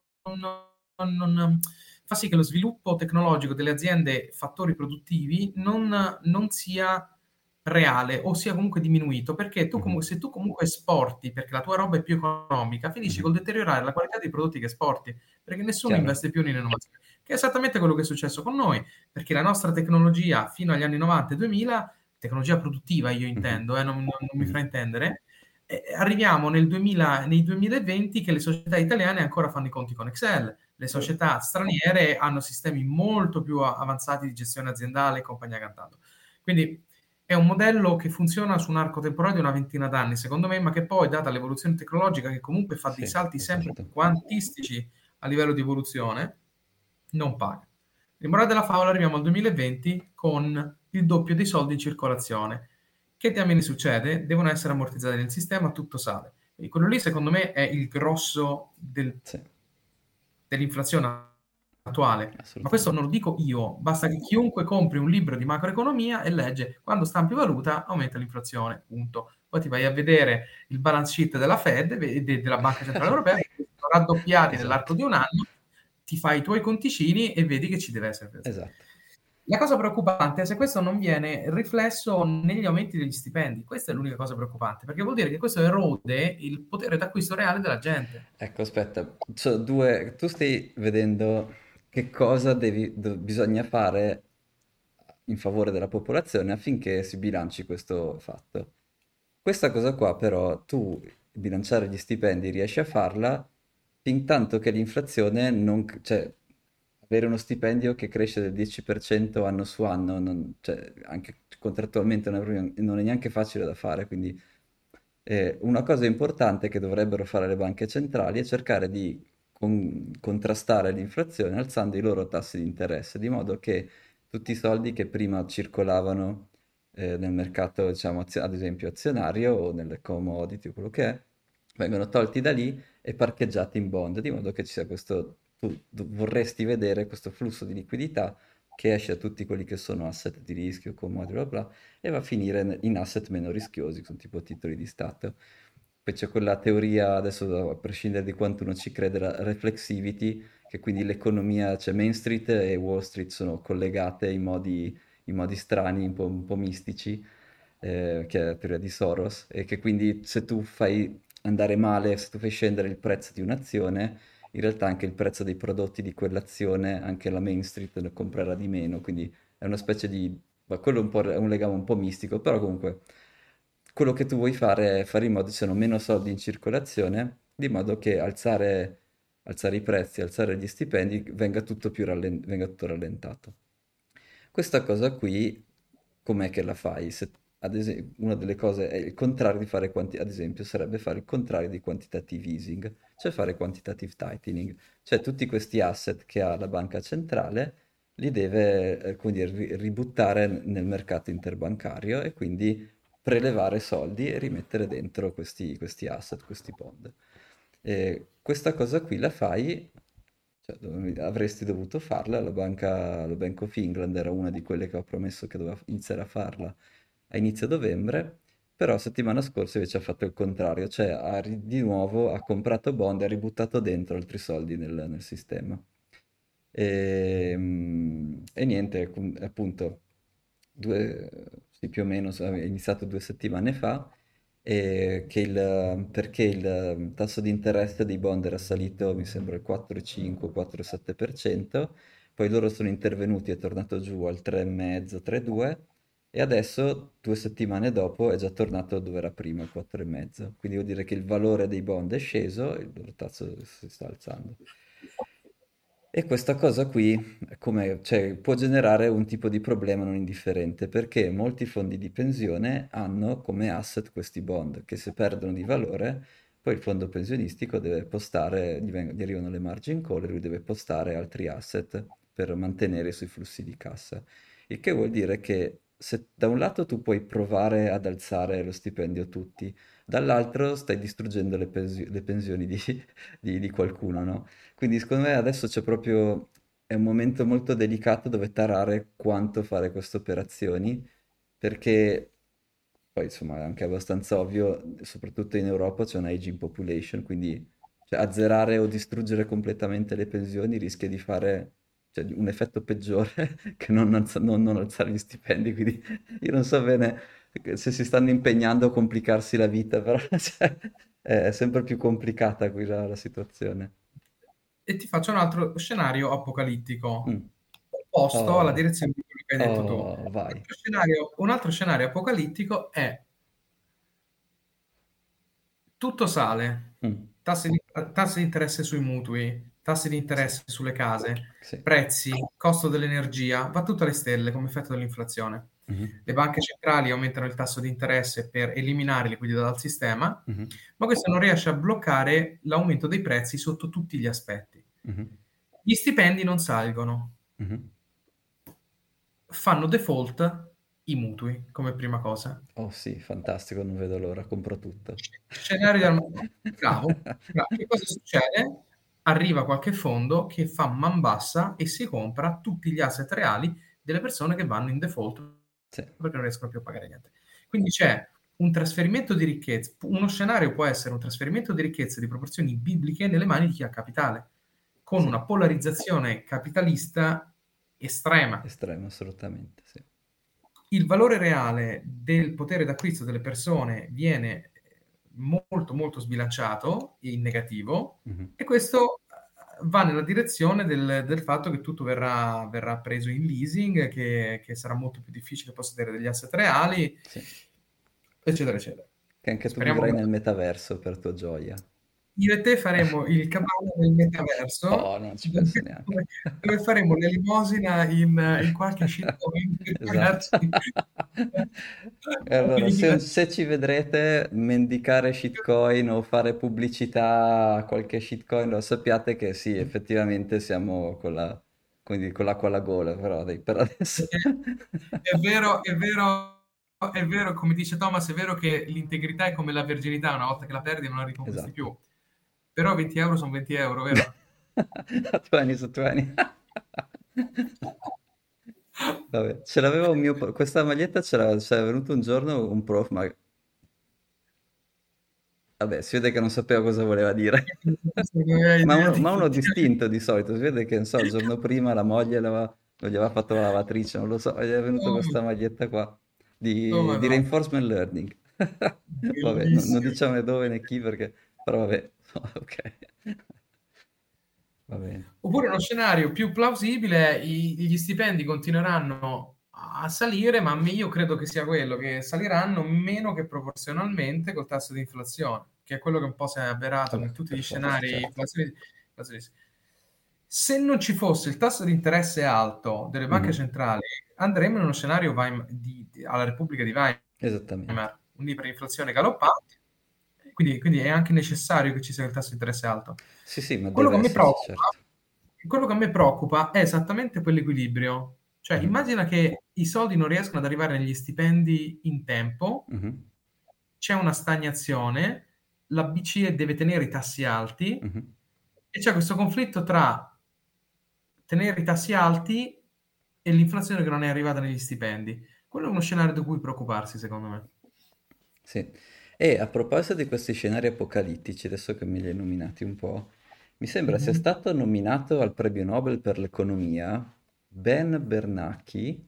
non- non- fa sì che lo sviluppo tecnologico delle aziende, fattori produttivi, non, non sia reale o sia comunque diminuito, perché tu Mhm, comunque, se tu comunque esporti, perché la tua roba è più economica, finisci mhm. col deteriorare la qualità dei prodotti che esporti, perché nessuno Chiaro? investe più in innovazione, che è esattamente quello che è successo con noi, perché la nostra tecnologia fino agli anni novanta e duemila, tecnologia produttiva io Mhm, intendo, eh, non, non- non mi mhm. fraintendere, eh, arriviamo nel duemila, nei duemilaventi che le società italiane ancora fanno i conti con Excel, le Eh, società straniere hanno sistemi molto più a- avanzati di gestione aziendale e compagnia cantando. Quindi è un modello che funziona su un arco temporale di una ventina d'anni, secondo me, ma che poi, data l'evoluzione tecnologica, che comunque fa dei Sì, salti sempre esatto. quantistici a livello di evoluzione, non paga. In morale della favola arriviamo al duemilaventi con il doppio dei soldi in circolazione. Che diamine succede? Devono essere ammortizzati nel sistema, tutto sale. Quindi quello lì, secondo me, è il grosso del- Sì, dell'inflazione attuale. Ma questo assolutamente. non lo dico io, basta che chiunque compri un libro di macroeconomia e legge quando stampi valuta aumenta l'inflazione, punto. Poi ti vai a vedere il balance sheet della Fed, ve- de- della Banca Centrale Europea, vedi che sono raddoppiati nell'arco Esatto, di un anno, ti fai i tuoi conticini e vedi che ci deve essere inflazione. esatto. La cosa preoccupante è se questo non viene riflesso negli aumenti degli stipendi. Questa è l'unica cosa preoccupante, perché vuol dire che questo erode il potere d'acquisto reale della gente. Ecco, aspetta, so, due, tu stai vedendo che cosa devi- do- bisogna fare in favore della popolazione affinché si bilanci questo fatto. Questa cosa qua però tu bilanciare gli stipendi riesci a farla fin tanto che l'inflazione non, c- cioè avere uno stipendio che cresce del dieci per cento anno su anno, non- cioè, anche contrattualmente non è, proprio- non è neanche facile da fare, quindi eh, una cosa importante che dovrebbero fare le banche centrali è cercare di con- contrastare l'inflazione alzando i loro tassi di interesse, di modo che tutti i soldi che prima circolavano eh, nel mercato, diciamo, azio- ad esempio azionario o nelle commodity o quello che è, vengono tolti da lì e parcheggiati in bond, di modo che ci sia questo, tu, tu vorresti vedere questo flusso di liquidità che esce da tutti quelli che sono asset di rischio, commodity, bla bla, e va a finire in asset meno rischiosi, che sono tipo titoli di Stato. Poi c'è quella teoria, adesso a prescindere di quanto uno ci crede, la reflexivity, che quindi l'economia, cioè Main Street e Wall Street sono collegate in modi, in modi strani, un po', un po' mistici, eh, che è la teoria di Soros, e che quindi se tu fai andare male, se tu fai scendere il prezzo di un'azione, in realtà anche il prezzo dei prodotti di quell'azione, anche la Main Street ne comprerà di meno, quindi è una specie di... ma quello è un po' è un legame un po' mistico, però comunque quello che tu vuoi fare è fare in modo che ci siano meno soldi in circolazione, di modo che alzare, alzare i prezzi, alzare gli stipendi, venga tutto più rallen- venga tutto rallentato. Questa cosa qui, com'è che la fai? Se, ad esempio, una delle cose è il contrario di fare quanti, ad esempio, sarebbe fare il contrario di quantitative easing, cioè fare quantitative tightening, cioè tutti questi asset che ha la banca centrale li deve, eh, come dire, ri- ributtare nel mercato interbancario e quindi prelevare soldi e rimettere dentro questi, questi asset, questi bond. E questa cosa qui la fai, cioè, dove- avresti dovuto farla, la banca, la Bank of England era una di quelle che ho promesso che doveva iniziare a farla a inizio novembre, però settimana scorsa invece ha fatto il contrario, cioè ha ri- di nuovo ha comprato bond e ha ributtato dentro altri soldi nel, nel sistema. E, mm, e niente, com- appunto, due, sì, più o meno so- è iniziato due settimane fa, e che il- perché il tasso di interesse dei bond era salito, mi sembra, il quattro virgola cinque quattro virgola sette per cento, poi loro sono intervenuti, è tornato giù al tre virgola cinque tre virgola due e adesso, due settimane dopo, è già tornato dove era prima, il quattro virgola cinque. Quindi vuol dire che il valore dei bond è sceso e il loro tasso si sta alzando. E questa cosa qui, come, cioè, può generare un tipo di problema non indifferente, perché molti fondi di pensione hanno come asset questi bond, che se perdono di valore, poi il fondo pensionistico deve postare, gli, veng- gli arrivano le margin call e lui deve postare altri asset per mantenere i suoi flussi di cassa. Il che vuol dire che se da un lato tu puoi provare ad alzare lo stipendio a tutti, dall'altro stai distruggendo le, pensi- le pensioni di, di di qualcuno, no? Quindi secondo me adesso c'è proprio, è un momento molto delicato dove tarare quanto fare queste operazioni, perché poi insomma è anche abbastanza ovvio, soprattutto in Europa c'è una aging population, quindi cioè, azzerare o distruggere completamente le pensioni rischia di fare cioè, un effetto peggiore che non, alza- non- non alzare gli stipendi, quindi io non so bene se si stanno impegnando a complicarsi la vita, però cioè, è sempre più complicata qui la, la situazione. E ti faccio un altro scenario apocalittico, Mm. opposto alla Oh, direzione di quello che hai detto tu. oh, Un vai. altro scenario, un altro scenario apocalittico è tutto sale, Mm. tassi di, tassi di interesse sui mutui, tassi di Sì, interesse sulle case, sì. prezzi, costo dell'energia, va tutto alle stelle come effetto dell'inflazione. Mhm, Le banche centrali aumentano il tasso di interesse per eliminare liquidità dal sistema, mhm, ma questo non riesce a bloccare l'aumento dei prezzi sotto tutti gli aspetti. mhm, Gli stipendi non salgono, mhm. fanno default i mutui come prima cosa. Oh sì, fantastico, non vedo l'ora, compro tutto. Scenario di arm- bravo, bravo. Che cosa succede? Arriva qualche fondo che fa man bassa e si compra tutti gli asset reali delle persone che vanno in default Sì, perché non riescono più a pagare niente. Quindi c'è un trasferimento di ricchezza. Uno scenario può essere un trasferimento di ricchezza di proporzioni bibliche nelle mani di chi ha capitale, con sì, una polarizzazione capitalista estrema. estremo, assolutamente, sì. Il valore reale del potere d'acquisto delle persone viene molto molto sbilanciato in negativo Mhm, e questo eh, va nella direzione del, del fatto che tutto verrà, verrà preso in leasing, che, che sarà molto più difficile possedere degli asset reali, sì. eccetera, eccetera. Che anche tu Speriamo vivrai che nel metaverso per tua gioia. io e te faremo il cavallo nel metaverso Oh, non ci penso dove, neanche. dove faremo l'elemosina in, in qualche shitcoin per Esatto. pagarci. E allora, se, se ci vedrete mendicare shitcoin o fare pubblicità a qualche shitcoin, lo sappiate che sì, effettivamente siamo con la, come dire, con l'acqua alla gola, però dai, per adesso... Perché è vero, è vero, è vero, come dice Thomas, è vero che l'integrità è come la verginità, una volta che la perdi non la riconquisti Esatto. più. Però venti euro sono venti euro, vero? venti su venti. Vabbè, ce l'avevo un mio... pro- Questa maglietta c'era c'era venuto un giorno un prof, ma... Vabbè, si vede che non sapeva cosa voleva dire. Non avevo Ma idea uno, di ma uno effettivamente. distinto di solito, si vede che, non so, il giorno prima la moglie l'aveva- non gli aveva fatto la lavatrice, non lo so, gli è venuta Oh, questa maglietta qua oh, di, di Madonna, reinforcement learning. Vabbè, no- non bellissimo. diciamo né dove né chi perché... Però vabbè, ok. Va bene. Oppure uno scenario più plausibile, i- gli stipendi continueranno a salire, ma me- io credo che sia quello, che saliranno meno che proporzionalmente col tasso di inflazione, che è quello che un po' si è avverato Vabbè, in tutti per gli forza, scenari certo. inflazioni- inflazionisti. Se non ci fosse il tasso di interesse alto delle banche Mhm, centrali, andremo in uno scenario Weim- di- di- alla Repubblica di esattamente. Weimar, un iperinflazione galoppante, quindi, quindi è anche necessario che ci sia il tasso di interesse alto. Sì, sì, ma Quello deve che mi esserci, preoccupa, certo. quello che a me preoccupa è esattamente quell'equilibrio. Cioè, Mhm, immagina che i soldi non riescono ad arrivare negli stipendi in tempo, mhm, c'è una stagnazione, la B C E deve tenere i tassi alti mhm. e c'è questo conflitto tra tenere i tassi alti e l'inflazione che non è arrivata negli stipendi. Quello è uno scenario di cui preoccuparsi, secondo me. Sì. E a proposito di questi scenari apocalittici, adesso che me li hai nominati un po', mi sembra sia Mhm. stato nominato al premio Nobel per l'economia Ben Bernanke,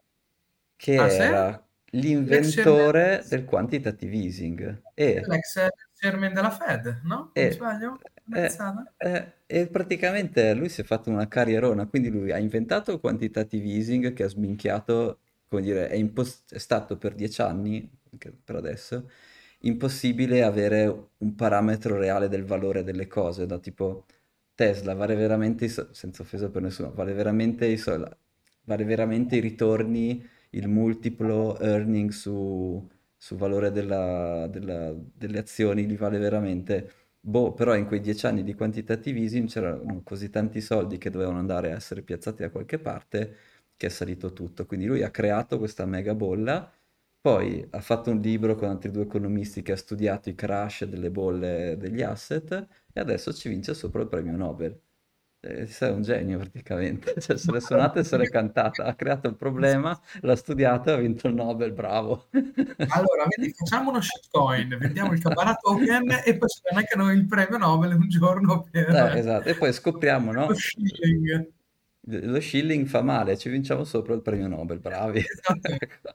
Ah, che sì? era L'ex chairman, l'inventore del quantitative easing. E l'ex chairman della Fed, no? Non mi E, sbaglio? Una e- cazzata? e- e praticamente lui si è fatto una carrierona, quindi lui ha inventato il quantitative easing che ha sminchiato, come dire, è, impos- è stato per dieci anni, anche per adesso, impossibile avere un parametro reale del valore delle cose, da tipo Tesla vale veramente, i so- senza offesa per nessuno, vale veramente i, so- vale veramente i ritorni, il multiplo earning su, sul valore della- della- delle azioni, li vale veramente. Boh, però in quei dieci anni di quantitative easing c'erano così tanti soldi che dovevano andare a essere piazzati da qualche parte che è salito tutto. Quindi lui ha creato questa mega bolla, poi ha fatto un libro con altri due economisti che ha studiato i crash delle bolle degli asset e adesso ci vince sopra il premio Nobel. Eh, sei un genio praticamente, cioè se l'è suonata e se l'è cantata, ha creato il problema, l'ha studiato e ha vinto il Nobel, bravo. Allora, vedi, facciamo uno shitcoin, vendiamo il Cabana Token e poi ci beccano il premio Nobel un giorno Eh, per esatto, e poi scopriamo, lo no? shilling. Lo shilling fa male, ci vinciamo sopra il premio Nobel, bravi. Esattamente. Ecco.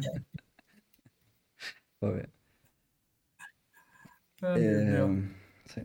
Vabbè. Oh mio Dio. Ehm, sì.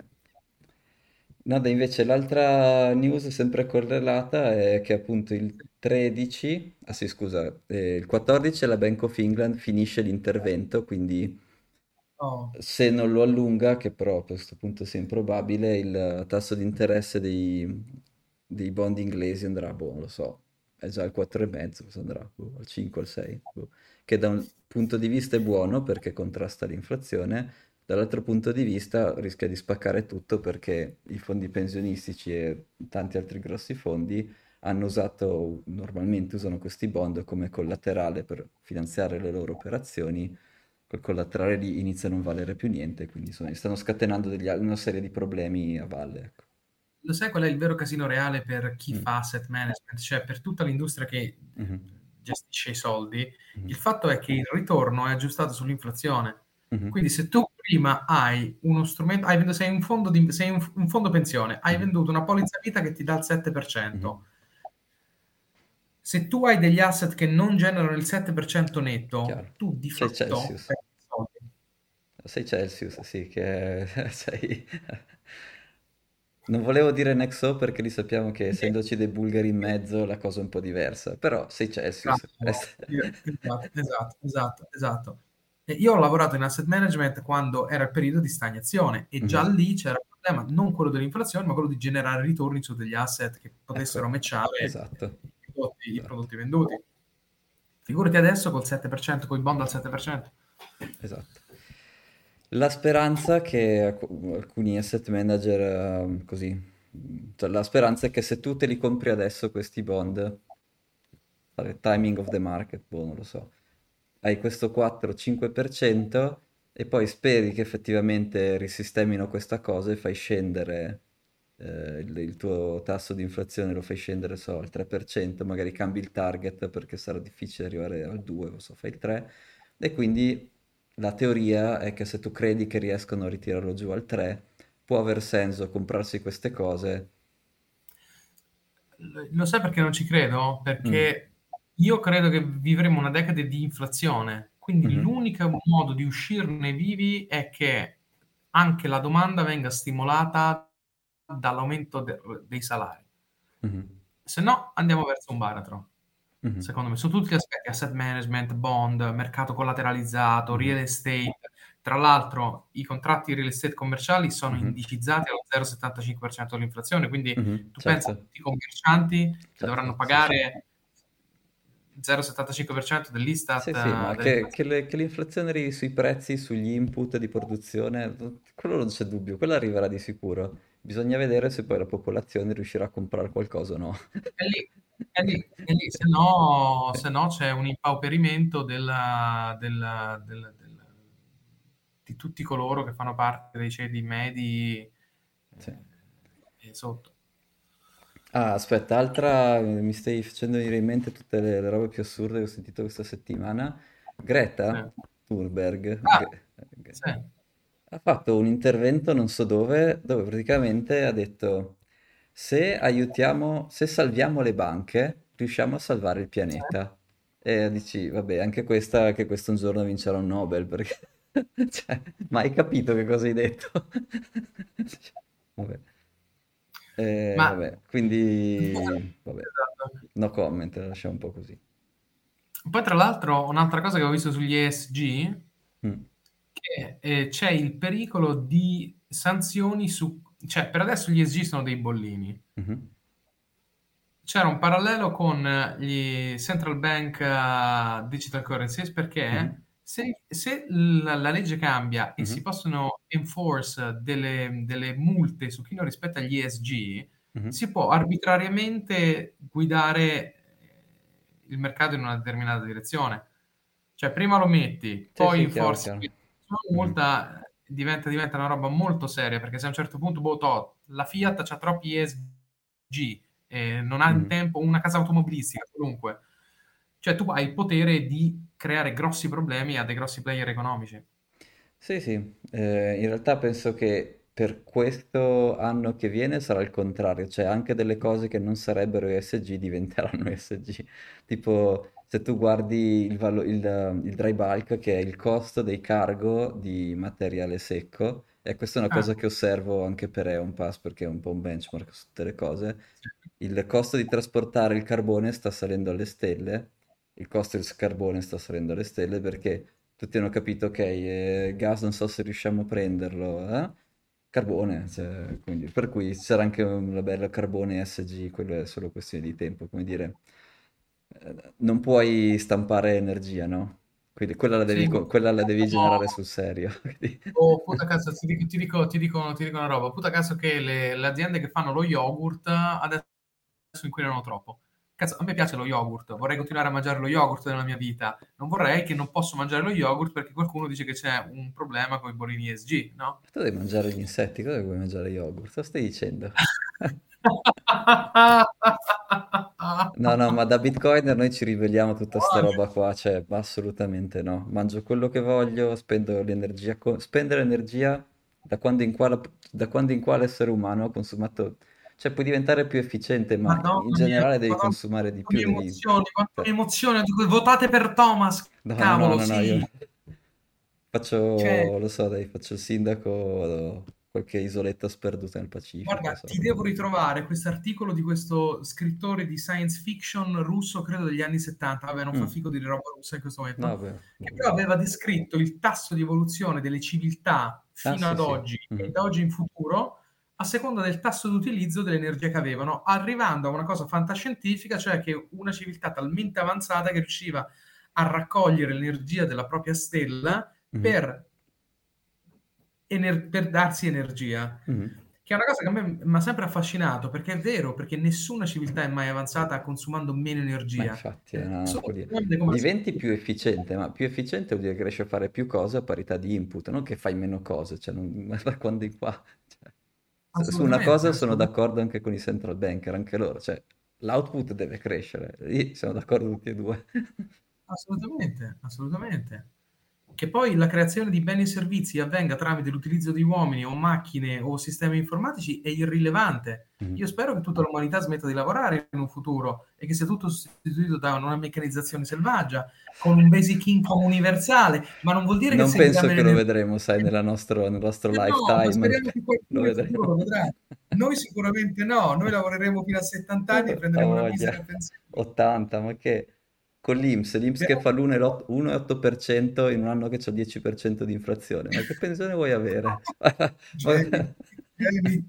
No, dai, invece l'altra news sempre correlata è che appunto il tredici, ah sì scusa, eh, il quattordici la Bank of England finisce l'intervento, quindi Oh, se non lo allunga, che però a questo punto sia improbabile, il tasso di interesse dei, dei bond inglesi andrà, boh, non lo so, è già al quattro virgola cinque, cosa andrà, boh, al cinque, al sei, boh. Che da un punto di vista è buono perché contrasta l'inflazione, dall'altro punto di vista rischia di spaccare tutto perché i fondi pensionistici e tanti altri grossi fondi hanno usato, normalmente usano questi bond come collaterale per finanziare le loro operazioni. Quel collaterale lì inizia a non valere più niente, quindi sono- stanno scatenando degli al- una serie di problemi a valle, ecco. lo sai qual è il vero casino reale per chi Mm, fa asset management, cioè per tutta l'industria che eh, mhm, gestisce i soldi? mhm, Il fatto è che il ritorno è aggiustato sull'inflazione. mhm, Quindi se tu prima hai uno strumento, hai venduto, sei un fondo, di, sei un, un fondo pensione, hai mhm, venduto una polizza vita che ti dà il mhm. sette per cento. Se tu hai degli asset che non generano il sette per cento netto, Chiaro. tu di Sei fatto Celsius. perdi soldi. Sei Celsius, sì, che sei... Non volevo dire Nexo perché li sappiamo che essendoci dei bulgari in mezzo la cosa è un po' diversa, però sei Celsius. Esatto, io- esatto, esatto, esatto, esatto. E io ho lavorato in asset management quando era il periodo di stagnazione e già Mhm, lì c'era il problema, non quello dell'inflazione, ma quello di generare ritorni su degli asset che potessero ecco, matchare esatto, i prodotti, i esatto, prodotti venduti. Figurati adesso col sette per cento, con i bond al sette per cento. esatto. La speranza che alc- alcuni asset manager, ehm, così, cioè la speranza è che se tu te li compri adesso questi bond, fare timing of the market, boh, non lo so, hai questo quattro-cinque per cento e poi speri che effettivamente risistemino questa cosa e fai scendere eh, il, il tuo tasso di inflazione, lo fai scendere so, al tre per cento, magari cambi il target perché sarà difficile arrivare al due, non so, fai il tre e quindi la teoria è che se tu credi che riescono a ritirarlo giù al tre, può aver senso comprarsi queste cose. Lo sai perché non ci credo? Mm, Perché io credo che vivremo una decade di inflazione, quindi mhm, l'unico modo di uscirne vivi è che anche la domanda venga stimolata dall'aumento de- dei salari. mhm, Se no, andiamo verso un baratro. mhm, Secondo me, su tutti gli aspetti, asset management, bond, mercato collateralizzato, mhm, real estate. Tra l'altro, i contratti real estate commerciali sono mhm, indicizzati allo zero virgola settantacinque per cento dell'inflazione, quindi mhm, tu pensi a certo, tutti i commercianti che dovranno certo, sì, sì. pagare zero virgola settantacinque per cento Sì, dell'Istat sì, ma eh, che, che dell'inflazione. le- che l'inflazione arrivi sui prezzi, sugli input di produzione, quello non c'è dubbio, quello arriverà di sicuro. Bisogna vedere se poi la popolazione riuscirà a comprare qualcosa o no. È lì, è lì, è lì, se Sì, no, sì, se no c'è un impauperimento della- della- del- del- di tutti coloro che fanno parte dei ceti medi sì. eh, e sotto. Ah, aspetta, altra, mi stai facendo venire in mente tutte le, le robe più assurde che ho sentito questa settimana. Sì. Greta Thunberg Ah, Gre- Gre- sì, ha fatto un intervento non so dove, dove praticamente ha detto se aiutiamo, se salviamo le banche, riusciamo a salvare il sì. pianeta. E dici, vabbè, anche questa, che questo un giorno vincerà un Nobel, perché, cioè, ma hai capito che cosa hai detto? Vabbè. Eh, Ma vabbè, quindi, vabbè, esatto. no comment, la lasciamo un po' così. Poi tra l'altro un'altra cosa che ho visto sugli E S G Mm, che eh, c'è il pericolo di sanzioni su... Cioè, per adesso gli E S G sono dei bollini. mhm, C'era un parallelo con gli central bank eh, digital currencies mhm, perché se, se la, la legge cambia e si mhm, possono enforce delle, delle multe su chi non rispetta gli E S G, mhm. si può arbitrariamente guidare il mercato in una determinata direzione. Cioè, prima lo metti, Sì, poi sì, chiaro, enforci chiaro. la Mhm, multa, diventa, diventa una roba molto seria perché se a un certo punto, boh, to, la Fiat c'ha troppi E S G G, eh, non ha in Mhm. tempo una casa automobilistica, qualunque. Cioè tu hai il potere di creare grossi problemi a dei grossi player economici. Sì, sì, eh, in realtà penso che per questo anno che viene sarà il contrario, cioè anche delle cose che non sarebbero E S G diventeranno E S G. Tipo, se tu guardi il, valo- il, eh, il dry bulk, che è il costo dei cargo di materiale secco, e questa è una Ah, cosa che osservo anche per Eon Pass, perché è un po' un benchmark su tutte le cose, sì. il costo di trasportare il carbone sta salendo alle stelle, il costo del carbone sta salendo alle stelle perché tutti hanno capito, ok, eh, gas non so se riusciamo a prenderlo, eh? Carbone, cioè, quindi, per cui c'era anche una bella carbone S G, quello è solo questione di tempo, come dire, eh, non puoi stampare energia, no? Quindi quella la devi, Sì, co- quella la devi generare no. sul serio. quindi- Oh, puta cazzo, ti dico, ti dico, ti dico, ti dico una roba. Puta cazzo che le, le aziende che fanno lo yogurt adesso inquinano troppo. Cazzo, a me piace lo yogurt, vorrei continuare a mangiare lo yogurt nella mia vita. Non vorrei che non posso mangiare lo yogurt perché qualcuno dice che c'è un problema con i bolini E S G, no? Tu devi mangiare gli insetti, cosa vuoi mangiare yogurt? Cosa stai dicendo? No, no, ma da Bitcoiner noi ci riveliamo tutta sta roba qua, cioè assolutamente no. Mangio quello che voglio, spendo l'energia, co- spendere energia da quando in qua, la- da quando in qua l'essere umano ha consumato, cioè puoi diventare più efficiente, ma in Madonna mia, generale devi Madonna, consumare di quanto mi più, devi... emozioni, quanto mi cioè, emozioni. Votate per Thomas, no, no, no, cavolo, no, no, io sì. Cioè, faccio, lo so, dai, faccio il sindaco, vado qualche isoletta sperduta nel Pacifico, guarda, so. ti devo ritrovare questo articolo di questo scrittore di science fiction russo, credo degli anni settanta, vabbè, non fa Mm, figo di roba russa in questo momento, vabbè. che però aveva descritto il tasso di evoluzione delle civiltà Ah, fino sì, ad sì. oggi e Mhm. da oggi in futuro a seconda del tasso di utilizzo dell'energia che avevano, arrivando a una cosa fantascientifica, cioè che una civiltà talmente avanzata che riusciva a raccogliere l'energia della propria stella Mhm. per ener- per darsi energia, Mhm. che è una cosa che a me mi ha sempre affascinato, perché è vero, perché nessuna civiltà è mai avanzata consumando meno Ma energia. infatti è È una solo follia. semplicemente come al Diventi solito. più efficiente, ma più efficiente vuol dire che riesci a fare più cose a parità di input, non che fai meno cose, cioè non... ma da quando in qua. Cioè, su su una Assolutamente, cosa sono assolutamente, d'accordo anche con i central banker, anche loro, cioè l'output deve crescere, lì siamo d'accordo tutti e due. assolutamente, assolutamente. Che poi la creazione di beni e servizi avvenga tramite l'utilizzo di uomini o macchine o sistemi informatici è irrilevante. Mhm. Io spero che tutta l'umanità smetta di lavorare in un futuro e che sia tutto sostituito da una meccanizzazione selvaggia, con un basic income universale, ma non vuol dire che Non sentirà penso che meno lo energia. vedremo, sai, nella nostro, nel nostro Eh no, ma lifetime, speriamo che lo qualcuno in futuro lo vedremo. vedrà. Noi sicuramente no, noi lavoreremo fino a settanta anni e Ha prenderemo una voglia. misera pensione. ottanta, ma che... Con l'I N P S, l'I N P S che Però- fa l'uno virgola otto per cento in un anno che c'ha il dieci per cento di inflazione. Ma che pensione vuoi avere? Ma- Geni, geni.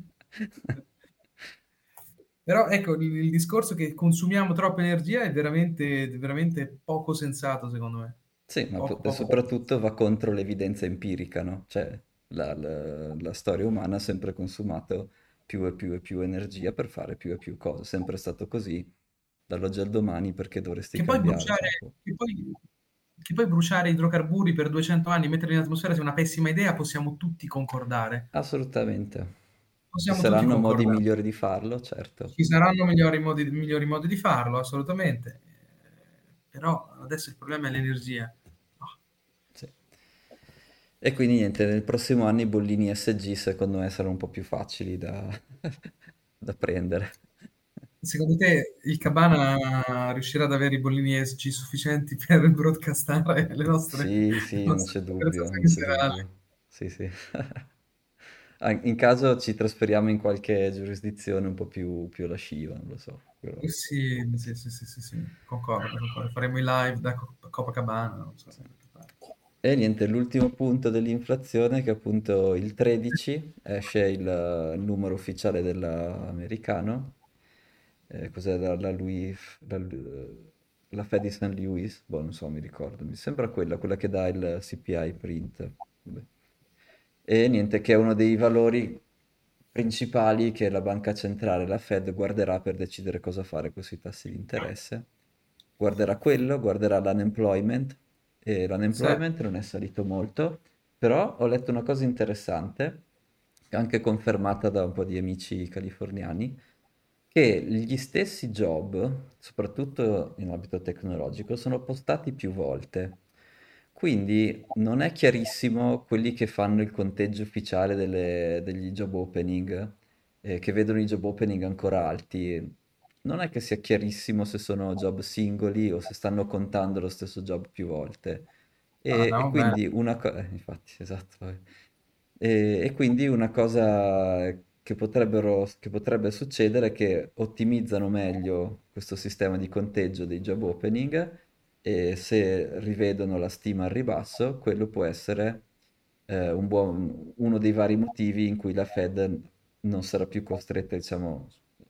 Però ecco, il, il discorso che consumiamo troppa energia è veramente, veramente poco sensato, secondo me. Sì, ma po- Poco, e poco, poco soprattutto sensato. va contro l'evidenza empirica, no? Cioè, la, la- la storia umana ha sempre consumato più e più e più energia per fare più e più cose. È sempre stato così, dall'oggi al domani, perché dovresti Che poi cambiare? Cioè, bruciare, boh. che poi, che poi bruciare idrocarburi per duecento anni e metterli in atmosfera sia una pessima idea, possiamo tutti concordare. Assolutamente. Ci Possiamo tutti saranno modi concordare. migliori di farlo, certo. Ci saranno migliori modi, migliori modi di farlo, assolutamente. Eh, Però adesso il problema è l'energia. No. Sì. E quindi niente, nel prossimo anno i bollini S G secondo me saranno un po' più facili da, da prendere. Secondo te il Cabana riuscirà ad avere i bollini E S G sufficienti per broadcastare le nostre, Sì, le sì, non nostre c'è dubbio, non conversazioni c'è serali? dubbio. Sì, sì. Ah, in caso ci trasferiamo in qualche giurisdizione un po' più, più lasciva, non lo so. Però... Eh Sì, sì, sì, sì, sì, sì, concordo, concordo. Faremo i live da Cop- Copacabana, non so. E niente, l'ultimo punto dell'inflazione è che appunto il tredici esce il, il numero ufficiale dell'americano, eh, cos'è la, la Louis, la, la Fed di Saint Louis, boh, non so, mi ricordo, mi sembra quella, quella che dà il C P I print. Vabbè. E niente, che è uno dei valori principali che la banca centrale, la Fed, guarderà per decidere cosa fare con i tassi di interesse. Guarderà quello, guarderà l'unemployment, e Sì. l'unemployment non è salito molto, però ho letto una cosa interessante, anche confermata da un po' di amici californiani, che gli stessi job, soprattutto in ambito tecnologico, sono postati più volte. Quindi non è chiarissimo quelli che fanno il conteggio ufficiale delle- degli job opening, eh, che vedono i job opening ancora alti. Non è che sia chiarissimo se sono job singoli o se stanno contando lo stesso job più volte. Ah, E, e andiamo bene. quindi una cosa... infatti, esatto. eh. E, e quindi una cosa che potrebbero, che potrebbe succedere è che ottimizzano meglio questo sistema di conteggio dei job opening e se rivedono la stima al ribasso, quello può essere eh, un buon- uno dei vari motivi in cui la Fed non sarà più costretta, diciamo,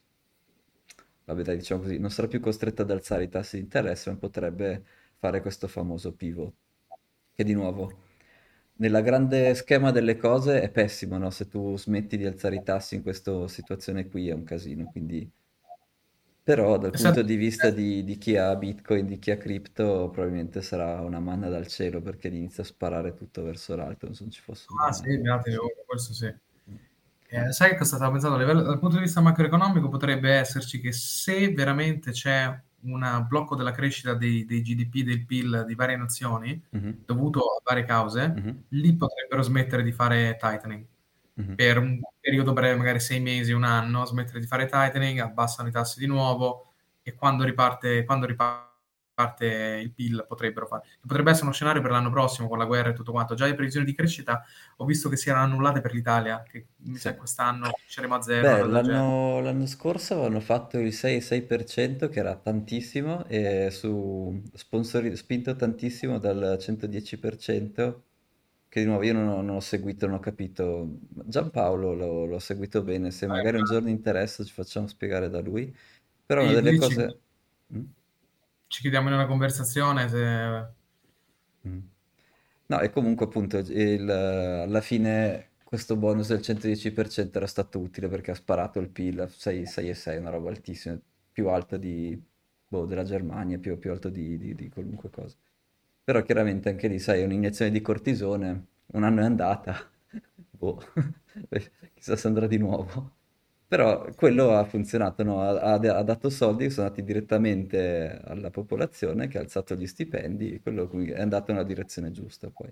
vabbè dai, diciamo così, non sarà più costretta ad alzare i tassi di interesse, ma potrebbe fare questo famoso pivot, che di nuovo, nella grande schema delle cose è pessimo, no? Se tu smetti di alzare i tassi in questa situazione qui è un casino, quindi... Però dal punto Esatto. di vista di, di chi ha Bitcoin, di chi ha cripto, probabilmente sarà una manna dal cielo perché inizia a sparare tutto verso l'alto, non so se ci fosse Ah una... sì, beati loro, questo sì. Eh, sai che cosa stavo pensando? A livello- dal punto di vista macroeconomico potrebbe esserci che se veramente c'è un blocco della crescita dei, dei G D P, del P I L di varie nazioni, Mhm, dovuto a varie cause, mhm, lì potrebbero smettere di fare tightening. mhm, Per un periodo breve, magari sei mesi, un anno, smettere di fare tightening, abbassano i tassi di nuovo e quando riparte, quando riparte il P I L potrebbero fare. Potrebbe essere uno scenario per l'anno prossimo con la guerra e tutto quanto. Già le previsioni di crescita ho visto che si erano annullate per l'Italia, che mi sa sì. che quest'anno cresceremo a zero, una Beh, cosa del genere. l'anno l'anno scorso avevano fatto il sei virgola sei per cento che era tantissimo e su sponsori- spinto tantissimo dal centodieci per cento che di nuovo io non ho, non ho seguito, non ho capito. Giampaolo l'ho l'ho seguito bene, se Eh, magari un giorno interessa ci facciamo spiegare da lui, però una Lì, delle lì ci, cose... Mm? ci chiudiamo in una conversazione se... Mm. No, e comunque appunto il- alla fine questo bonus del centodieci per cento era stato utile perché ha sparato il P I L a sei sei virgola sei, una roba altissima, più alta di, boh, della Germania, più, più alto di, di- di qualunque cosa. Però chiaramente anche lì, sai, un'iniezione di cortisone, un anno è andata, boh, chissà se andrà di nuovo. Però quello ha funzionato, no? Ha, ha- ha dato soldi che sono andati direttamente alla popolazione che ha alzato gli stipendi, quello qui è andato nella direzione giusta poi.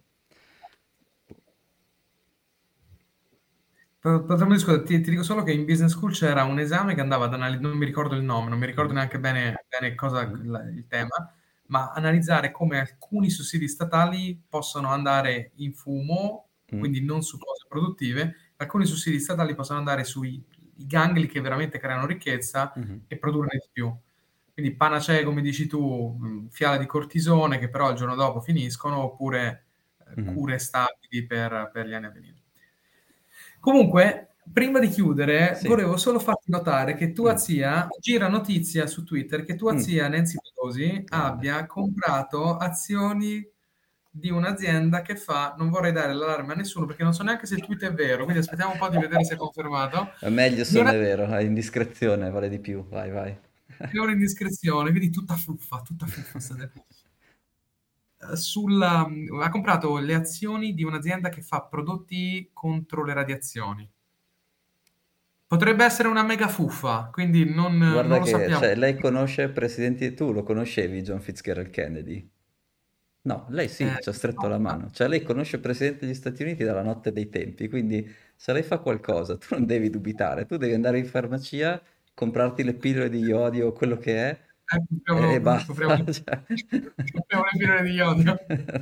Po- Potremmo discutere, ti, ti dico solo che in business school c'era un esame che andava ad analizzare, non mi ricordo il nome, non mi ricordo Mhm, neanche bene, bene cosa mhm, la- il tema, ma analizzare come alcuni sussidi statali possono andare in fumo, mhm, quindi non su cose produttive, alcuni sussidi statali possono andare sui i gangli che veramente creano ricchezza mhm, e produrne di più. Quindi panacee, come dici tu, mh, fiale di cortisone che però il giorno dopo finiscono, oppure eh, mhm. cure stabili per, per gli anni a venire. Comunque, prima di chiudere, Sì. volevo solo farti notare che tua Mm, zia gira notizia su Twitter che tua mm, zia Nancy Pelosi grande. abbia comprato azioni di un'azienda che fa, non vorrei dare l'allarme a nessuno perché non so neanche se il tweet è vero, quindi aspettiamo un po' di vedere se è confermato, È meglio di se non una, è vero, è indiscrezione, vale di più, vai, vai. di un'indiscrezione, quindi tutta fuffa, tutta fuffa. sta del- eh, Sulla, ha comprato le azioni di un'azienda che fa prodotti contro le radiazioni. Potrebbe essere una mega fuffa, quindi non, non Guarda lo che, sappiamo. cioè, lei conosce presidenti, tu lo conoscevi John Fitzgerald Kennedy? No, lei sì, Eh, ci ha stretto no, la ma- mano. Cioè, lei conosce il presidente degli Stati Uniti dalla notte dei tempi, quindi se lei fa qualcosa, tu non devi dubitare, tu devi andare in farmacia, comprarti le pillole di iodio o quello che è, eh, e, e compriamo, compriamo, basta. Cioè. compriamo le pillole di iodio.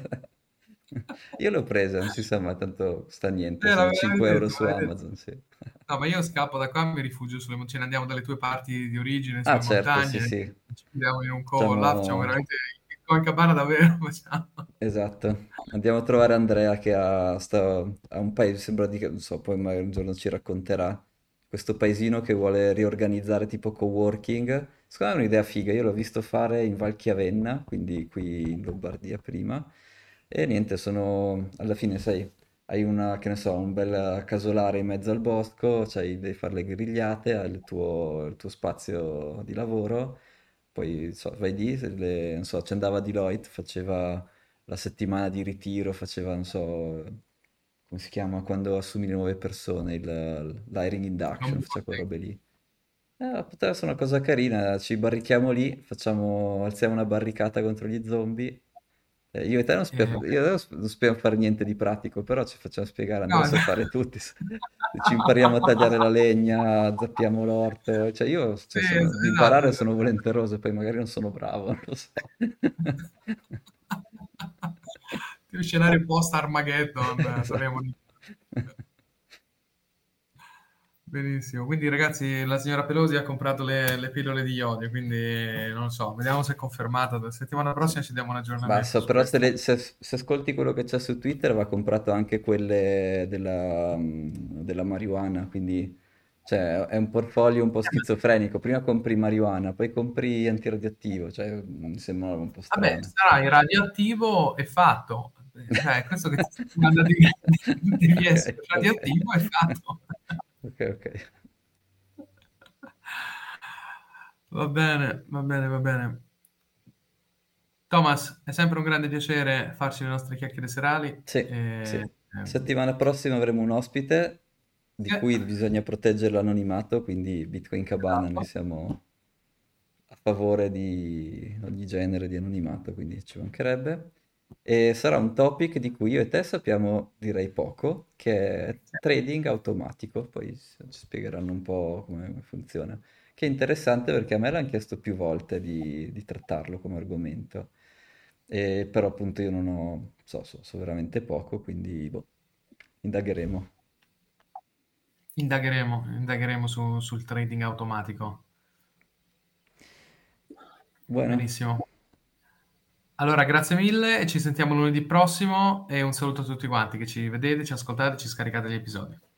Io l'ho presa, non si sa, ma tanto sta niente, Eh, sono l'avevi cinque euro detto, su l'avevi detto. Amazon, sì. No, ma io scappo da qua, mi rifugio sulle montagne, andiamo dalle tue parti di origine, Ah, sulle certo, sì, montagne, sì. ci chiudiamo in un covo là, facciamo Facciamo... veramente il cabana davvero, facciamo. Esatto, andiamo a trovare Andrea che ha, sta- ha un paese, sembra di, non so, poi magari un giorno ci racconterà, questo paesino che vuole riorganizzare tipo coworking. Secondo me è un'idea figa, io l'ho visto fare in Valchiavenna, quindi qui in Lombardia prima, e niente, sono, alla fine sai, hai una, che ne so, un bel casolare in mezzo al bosco, cioè devi fare le grigliate, hai il tuo, il tuo spazio di lavoro, poi so, vai lì, se le- non so, ci andava Deloitte, faceva la settimana di ritiro, faceva, non so, come si chiama, quando assumi le nuove persone, il- l'hiring Non induction, mi faceva quelle robe lì. Eh, poteva essere una cosa carina, ci barrichiamo lì, facciamo, alziamo una barricata contro gli zombie. Eh, io e te non Eh, sappiamo, io e te non sp- non sappiamo fare niente di pratico, però ci facciamo spiegare, Andrea no, sa fare tutti. Se ci impariamo a tagliare la legna, zappiamo l'orto, cioè io sì, cioè, sono, es di esatto, imparare sono esatto. volenteroso, poi magari non sono bravo, non lo so. Lo scenario post Armageddon, torniamo Esatto. lì. Benissimo, quindi ragazzi la signora Pelosi ha comprato le, le pillole di iodio, quindi non lo so, vediamo se è confermata. La settimana prossima ci diamo un aggiornamento Basta, su però se, questo. le- se- se ascolti quello che c'è su Twitter va comprato anche quelle della, mm, della marijuana, quindi cioè, è un portfolio un po' schizofrenico. Prima compri marijuana, poi compri antiradioattivo, cioè mi sembra un po' Vabbè, strano. sarai radioattivo e fatto. Eh, Cioè, questo che ti sto mandando di, devi Ok, essere ok, radioattivo e fatto. ok, ok. Va bene, va bene, va bene. Thomas, è sempre un grande piacere farci le nostre chiacchiere serali. Sì, sì. E, ehm, Settimana prossima avremo un ospite di sì, cui bisogna proteggere l'anonimato, quindi Bitcoin Cabana, noi esatto. siamo a favore di ogni genere di anonimato, quindi ci mancherebbe. E sarà un topic di cui io e te sappiamo, direi poco, che è Sì. trading automatico, poi s- ci spiegheranno un po' come funziona. Che è interessante perché a me l'hanno chiesto più volte di, di trattarlo come argomento. E però appunto io non ho, so, so, so veramente poco, quindi boh, indagheremo. Indagheremo, indagheremo su- sul trading automatico. Bueno, Benissimo. Allora, grazie mille e ci sentiamo lunedì prossimo e un saluto a tutti quanti che ci vedete, ci ascoltate, ci scaricate gli episodi.